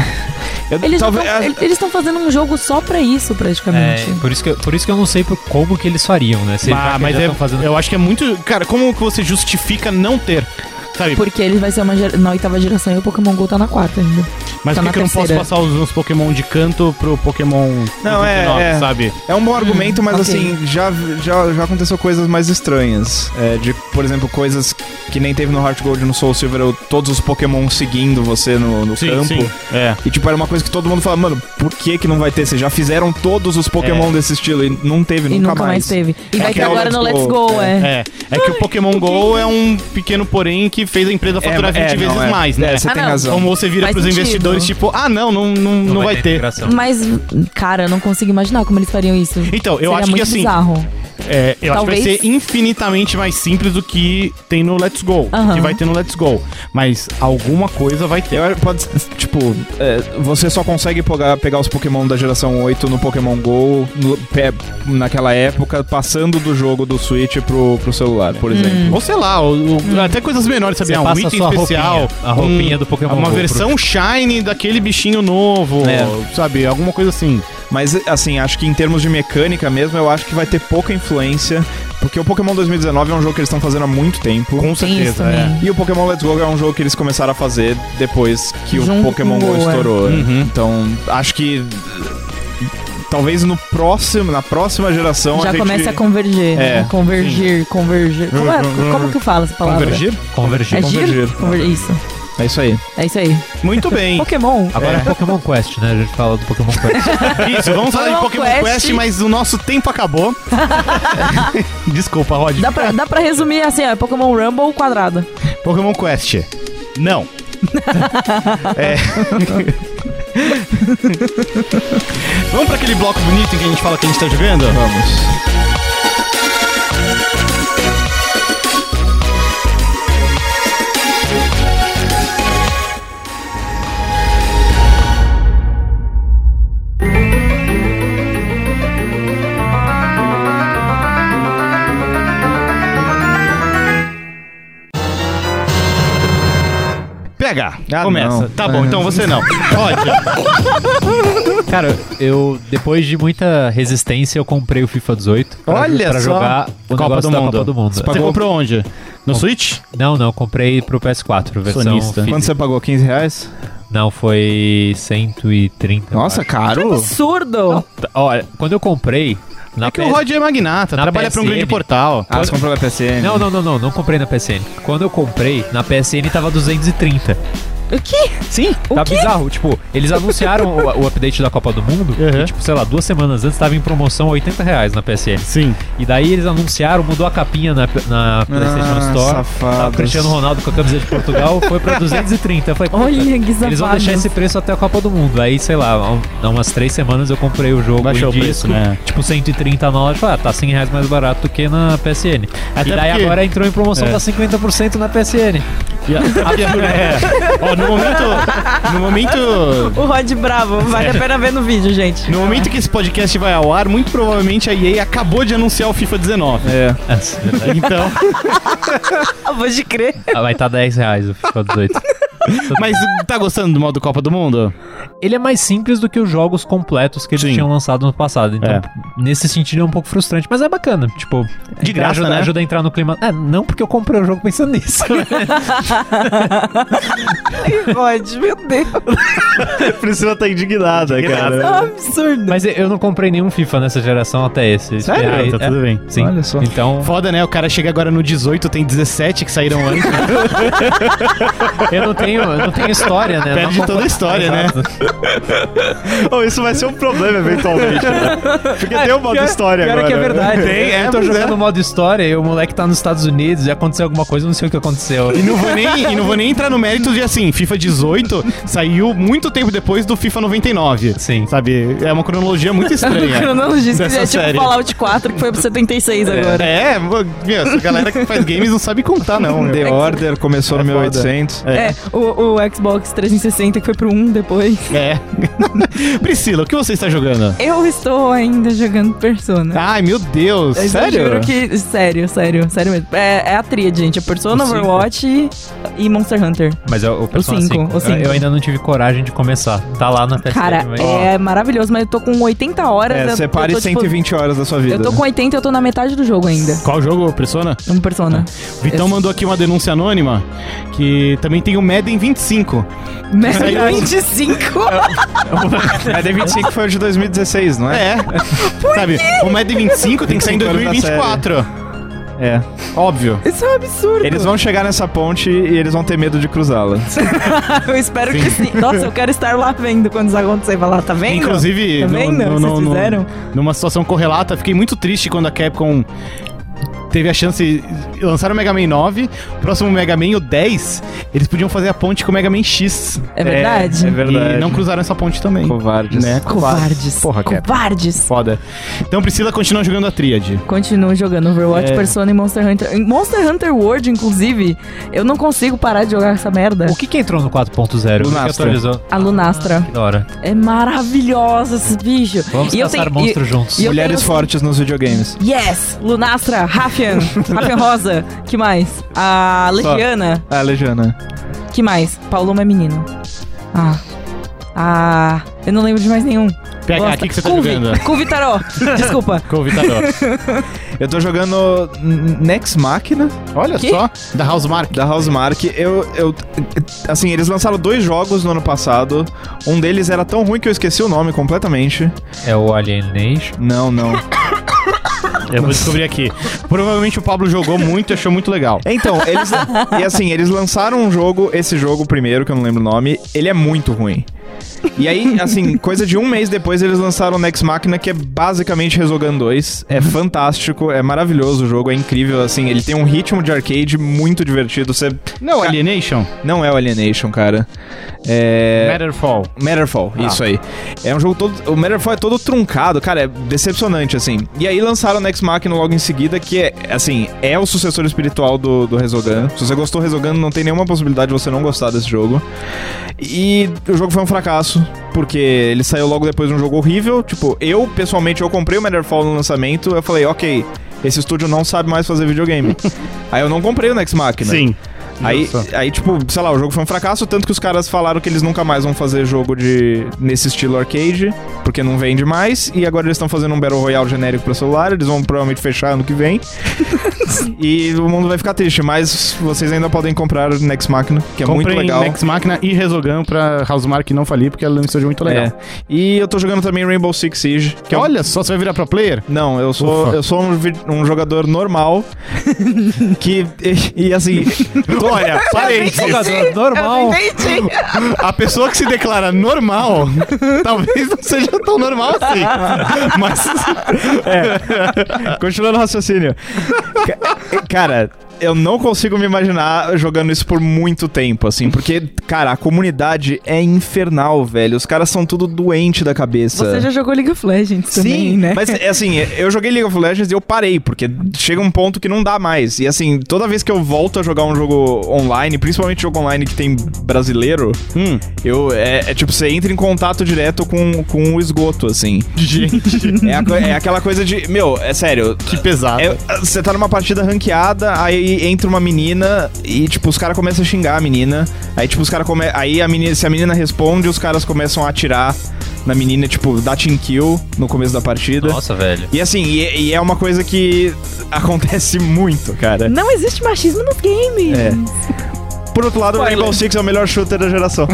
Eles estão fazendo um jogo só pra isso, praticamente. Por isso que eu não sei como que eles fariam, né? Mas eu acho que é muito... Cara, como que você justifica não ter? Sabe? Porque ele vai ser na 8ª geração e o Pokémon GO tá na 4ª ainda. Mas por que eu não posso passar os Pokémon de canto pro Pokémon 19, sabe? É um bom argumento, mas assim, já aconteceu coisas mais estranhas. Por exemplo, coisas que nem teve no Heart Gold e no Soul Silver, todos os Pokémon seguindo você no campo. Sim. E tipo, era uma coisa que todo mundo fala, mano, por que não vai ter? Vocês já fizeram todos os Pokémon desse estilo e não teve, nunca mais teve. E vai ter agora no Let's Go, É que o Pokémon GO é um pequeno porém que fez a empresa faturar 20 vezes mais, né? Você tem razão. Como você vira pros investidores, tipo, não vai ter. Mas, cara, eu não consigo imaginar como eles fariam isso. Então, eu acho que assim... bizarro. Eu acho que vai ser infinitamente mais simples do que tem no Let's Go. Que vai ter no Let's Go. Mas alguma coisa vai ter. Pode, tipo, você só consegue pegar os Pokémon da geração 8 no Pokémon GO naquela época, passando do jogo do Switch pro celular, por exemplo. Ou sei lá, até coisas menores, sabe? Um item especial. A roupinha do Pokémon uma GO versão shiny daquele bichinho novo, sabe? Alguma coisa assim. Mas, assim, acho que em termos de mecânica mesmo, eu acho que vai ter pouca influência, porque o Pokémon 2019 é um jogo que eles estão fazendo há muito tempo. Com certeza, E o Pokémon Let's Go é um jogo que eles começaram a fazer depois que o Pokémon GO estourou. Então, acho que... Talvez na próxima geração já comece a converger. Convergir. Como que fala essa palavra? Convergir. Isso. É isso aí. Muito bem. Pokémon. Agora é Pokémon Quest, né? A gente fala do Pokémon Quest. Isso, vamos falar de Pokémon Quest, mas o nosso tempo acabou. Desculpa, Rod. Dá pra resumir assim, Pokémon Rumble quadrado. Pokémon Quest. Não. Vamos pra aquele bloco bonito em que a gente fala que a gente tá jogando? Vamos. Começa. Não. Tá bom, então você não. Pode. Cara, depois de muita resistência, eu comprei o FIFA 18 pra jogar o Copa negócio da Copa do Mundo. Você comprou onde? No Switch? Não, comprei pro PS4, versão Sonista. Quanto você pagou? R$15? Não, foi 130. Nossa, caro. Absurdo! Olha, quando eu comprei... o Rod é magnata, trabalha pra um grande portal. Você comprou na PSN? Não comprei na PSN. Quando eu comprei, na PSN tava 230. O quê? Sim, tá bizarro. Tipo, eles anunciaram o update da Copa do Mundo e, tipo, sei lá, 2 semanas antes tava em promoção R$80 na PSN. Sim. E daí eles anunciaram, mudou a capinha na PlayStation Store. Safados. Tava o Cristiano Ronaldo com a camiseta de Portugal, foi pra 230. Eu falei, olha que safado. Eles vão deixar esse preço até a Copa do Mundo. Aí, sei lá, há umas 3 semanas eu comprei o jogo baixou em o disco, preço, né? Tipo 130 na loja. Falei, tá R$100 mais barato do que na PSN. Até e daí porque... agora entrou em promoção, tá 50% na PSN. No momento... O Rod bravo, vale a pena ver no vídeo, gente. No momento que esse podcast vai ao ar, muito provavelmente a EA acabou de anunciar o FIFA 19. Então... Pode crer. Vai estar R$10 o FIFA 18. Mas tá gostando do modo Copa do Mundo? Ele é mais simples do que os jogos completos que eles tinham lançado no passado. Então, nesse sentido, é um pouco frustrante. Mas é bacana. Tipo, de graça, né? Ajuda a entrar no clima. Não porque eu comprei o jogo pensando nisso. Rod, meu Deus. Priscila tá indignada, cara. É um absurdo. Mas eu não comprei nenhum FIFA nessa geração até esse. Sério? Tá tudo bem. Sim. Olha só. Então... Foda, né? O cara chega agora no 18, tem 17 que saíram antes. Eu não tenho história, né? Perde toda a história, né? Isso vai ser um problema, eventualmente. Né? Porque Cadê o modo história pior agora? é que é verdade. Tem, eu tô jogando o modo história e o moleque tá nos Estados Unidos e aconteceu alguma coisa, eu não sei o que aconteceu. E não vou nem entrar no mérito de, assim, FIFA 18 saiu muito tempo depois do FIFA 99. Sim. Sabe? É uma cronologia muito estranha. Cronologia, que dessa é série. tipo Fallout 4, que foi pro 76 agora. Meu, essa galera que faz games não sabe contar, não. The Meu. Order começou no 1800. O Xbox 360 que foi pro 1 depois. Priscila, o que você está jogando? Eu estou ainda jogando Persona. Ai, meu Deus. Eu Sério? juro que... Sério mesmo. É a tríade, gente. É Persona, O cinco. Overwatch e Monster Hunter. Mas o Persona cinco, 5, o cinco. eu ainda não tive coragem de começar. Tá lá na PSN, Cara, mas... é maravilhoso, mas eu tô com 80 horas. Separe eu tô, tipo, 120 horas da sua vida. Eu tô com 80 e eu tô na metade do jogo ainda. Qual jogo, Persona? Um Persona. Vitão mandou aqui uma denúncia anônima, que também tem o Madden 25. Madden 25? A D25 foi o de 2016, não é? Sabe, o Madden 25 tem que sair em 2024. É. Óbvio. Isso é um absurdo. Eles vão chegar nessa ponte e eles vão ter medo de cruzá-la. Eu espero que sim. Nossa, eu quero estar lá vendo quando isso acontecer. Vai lá, tá vendo? Inclusive, tá vendo? Vocês fizeram? numa situação correlata, fiquei muito triste quando a Capcom teve a chance de lançar o Mega Man 9, o próximo Mega Man, o 10, eles podiam fazer a ponte com o Mega Man X. É verdade? É verdade. E não cruzaram essa ponte também. Covardes. Né? Covardes. Porra, Capcom. Covardes. Foda. Então Priscila continua jogando a tríade. Continuo jogando Overwatch, Persona e Monster Hunter. Em Monster Hunter World, inclusive, eu não consigo parar de jogar essa merda. O que entrou no 4.0? O que Lunastra. atualizou? A Lunastra. Que da hora. É maravilhosa esse bicho. Vamos caçar monstros juntos. e eu Mulheres tenho- fortes nos videogames. Yes! Lunastra, Rafian Rosa. Que mais? A Legiana. Ah, Legiana. Que mais? Paloma é menino. Eu não lembro de mais nenhum. PH, o que você tá jogando? Culve Tarot. Desculpa. Com o Vitador. Eu tô jogando Nex Machina, Olha Que? só, da Housemark. da Housemark. Assim, eles lançaram 2 jogos no ano passado. Um deles era tão ruim que eu esqueci o nome completamente. É o Alienation. Não. Eu vou descobrir aqui. Provavelmente o Pablo jogou muito e achou muito legal. Então, eles lançaram um jogo, esse jogo primeiro, que eu não lembro o nome, ele é muito ruim. E aí, assim, coisa de um mês depois eles lançaram o Nex Machina, que é basicamente Resogun 2. É fantástico, é maravilhoso o jogo, é incrível, assim, ele tem um ritmo de arcade muito divertido. Você... Não, Alienation? Não é o Alienation, cara. Matterfall, isso aí. É um jogo todo... O Matterfall é todo truncado, cara, é decepcionante, assim. E aí lançaram o Nex Machina logo em seguida, que é, assim, é o sucessor espiritual do Resogun. Se você gostou do Resogun, não tem nenhuma possibilidade de você não gostar desse jogo. E o jogo foi um fracasso, porque ele saiu logo depois de um jogo horrível. Tipo, eu, pessoalmente, eu comprei o Matterfall no lançamento, eu falei, ok, esse estúdio não sabe mais fazer videogame. Aí eu não comprei o Nex Machina. Sim. Aí, tipo, sei lá, o jogo foi um fracasso, tanto que os caras falaram que eles nunca mais vão fazer jogo nesse estilo arcade, porque não vende mais, e agora eles estão fazendo um Battle Royale genérico pra celular, eles vão provavelmente fechar ano que vem, e o mundo vai ficar triste, mas vocês ainda podem comprar o Nex Machina, que é muito legal. Nex Machina e Resogun pra Housemark não falir, porque ela é um estúdio muito legal. E eu tô jogando também Rainbow Six Siege, que Olha só, você vai virar pro player? Não, eu sou um jogador normal, que, e assim... Olha, parênteses. Jogador normal. Entendi. A pessoa que se declara normal, talvez não seja tão normal assim. Mas... Continuando o raciocínio. Cara, eu não consigo me imaginar jogando isso por muito tempo, assim, porque, cara, a comunidade é infernal, velho. Os caras são tudo doente da cabeça. Você já jogou League of Legends também, né? Mas, assim, eu joguei League of Legends e eu parei, porque chega um ponto que não dá mais. E, assim, toda vez que eu volto a jogar um jogo online, principalmente jogo online que tem brasileiro, tipo, você entra em contato direto com o esgoto, assim. Gente, É aquela coisa de, meu, é sério. que pesado. Você tá numa partida ranqueada, aí entra uma menina e, tipo, os caras começam a xingar a menina. Aí, tipo, os caras começam... Aí, se a menina responde, os caras começam a atirar na menina, tipo, dá team kill no começo da partida. Nossa, velho. E, assim, e é uma coisa que acontece muito, cara. Não existe machismo nos games. É. Por outro lado, o Rainbow Six é o melhor shooter da geração.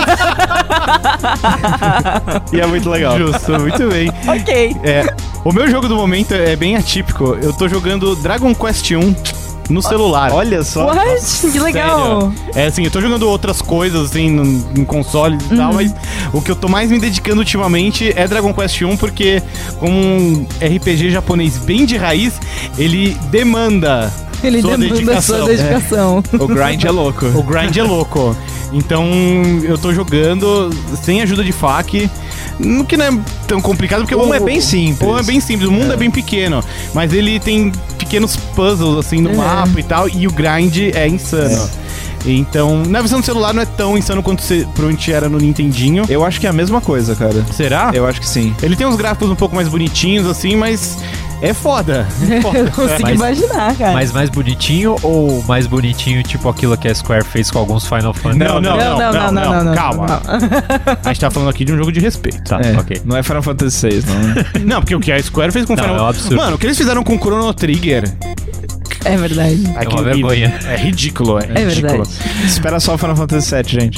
E é muito legal. Justo, muito bem. Ok. O meu jogo do momento é bem atípico. Eu tô jogando Dragon Quest 1 no celular. Olha só. What? Que legal. Sério. É assim, eu tô jogando outras coisas, assim, em console e tal, mas o que eu tô mais me dedicando ultimamente é Dragon Quest 1, porque como um RPG japonês bem de raiz, ele demanda sua dedicação. O grind é louco. O grind é louco. Então, eu tô jogando sem ajuda de fac, no que não é tão complicado, porque é bem simples. O é bem simples, o mundo é bem pequeno, mas ele tem pequenos puzzles, assim, no mapa e tal, e o grind é insano. Então, na versão do celular não é tão insano quanto provavelmente era no Nintendinho. Eu acho que é a mesma coisa, cara. Será? Eu acho que sim. Ele tem uns gráficos um pouco mais bonitinhos, assim, mas é foda. Eu consigo imaginar, cara. Mas mais bonitinho ou mais bonitinho, tipo aquilo que a Square fez com alguns Final Fantasy? Não, calma. A gente tá falando aqui de um jogo de respeito. Tá, ok. Não é Final Fantasy VI, não. Não, porque o que a Square fez com Final Fantasy... É um absurdo. Mano, o que eles fizeram com o Chrono Trigger... É verdade. É uma vergonha. É ridículo, é ridículo. Verdade. Espera só o Final Fantasy VII, gente.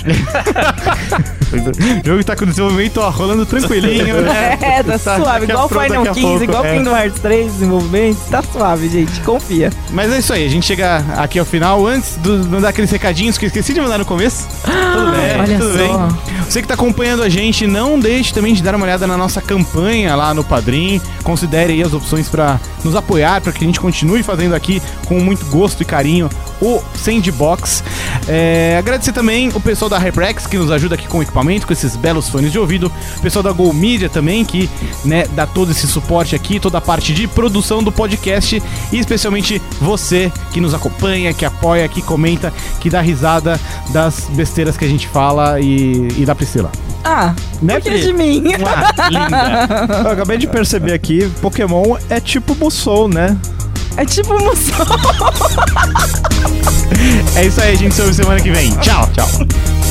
O jogo tá com o desenvolvimento rolando tranquilinho, né? Tá suave. Igual Final 15, igual Kingdom Hearts 3, desenvolvimento. Tá suave, gente. Confia. Mas é isso aí. A gente chega aqui ao final. Antes de mandar aqueles recadinhos que eu esqueci de mandar no começo. Tudo bem, olha tudo só. bem. Você que tá acompanhando a gente, não deixe também de dar uma olhada na nossa campanha lá no Padrim. Considere aí as opções pra nos apoiar, pra que a gente continue fazendo aqui com muito gosto e carinho o Sandbox. Agradecer também o pessoal da HyperX que nos ajuda aqui com o equipamento, com esses belos fones de ouvido. O pessoal da Go Media também, que dá todo esse suporte aqui, toda a parte de produção do podcast. E especialmente você que nos acompanha, que apoia, que comenta, que dá risada das besteiras que a gente fala e da Priscila. Por que de mim? Linda. Eu acabei de perceber aqui, Pokémon é tipo Musou, né? É tipo Musou. É isso aí, gente. Se vê semana que vem. Tchau.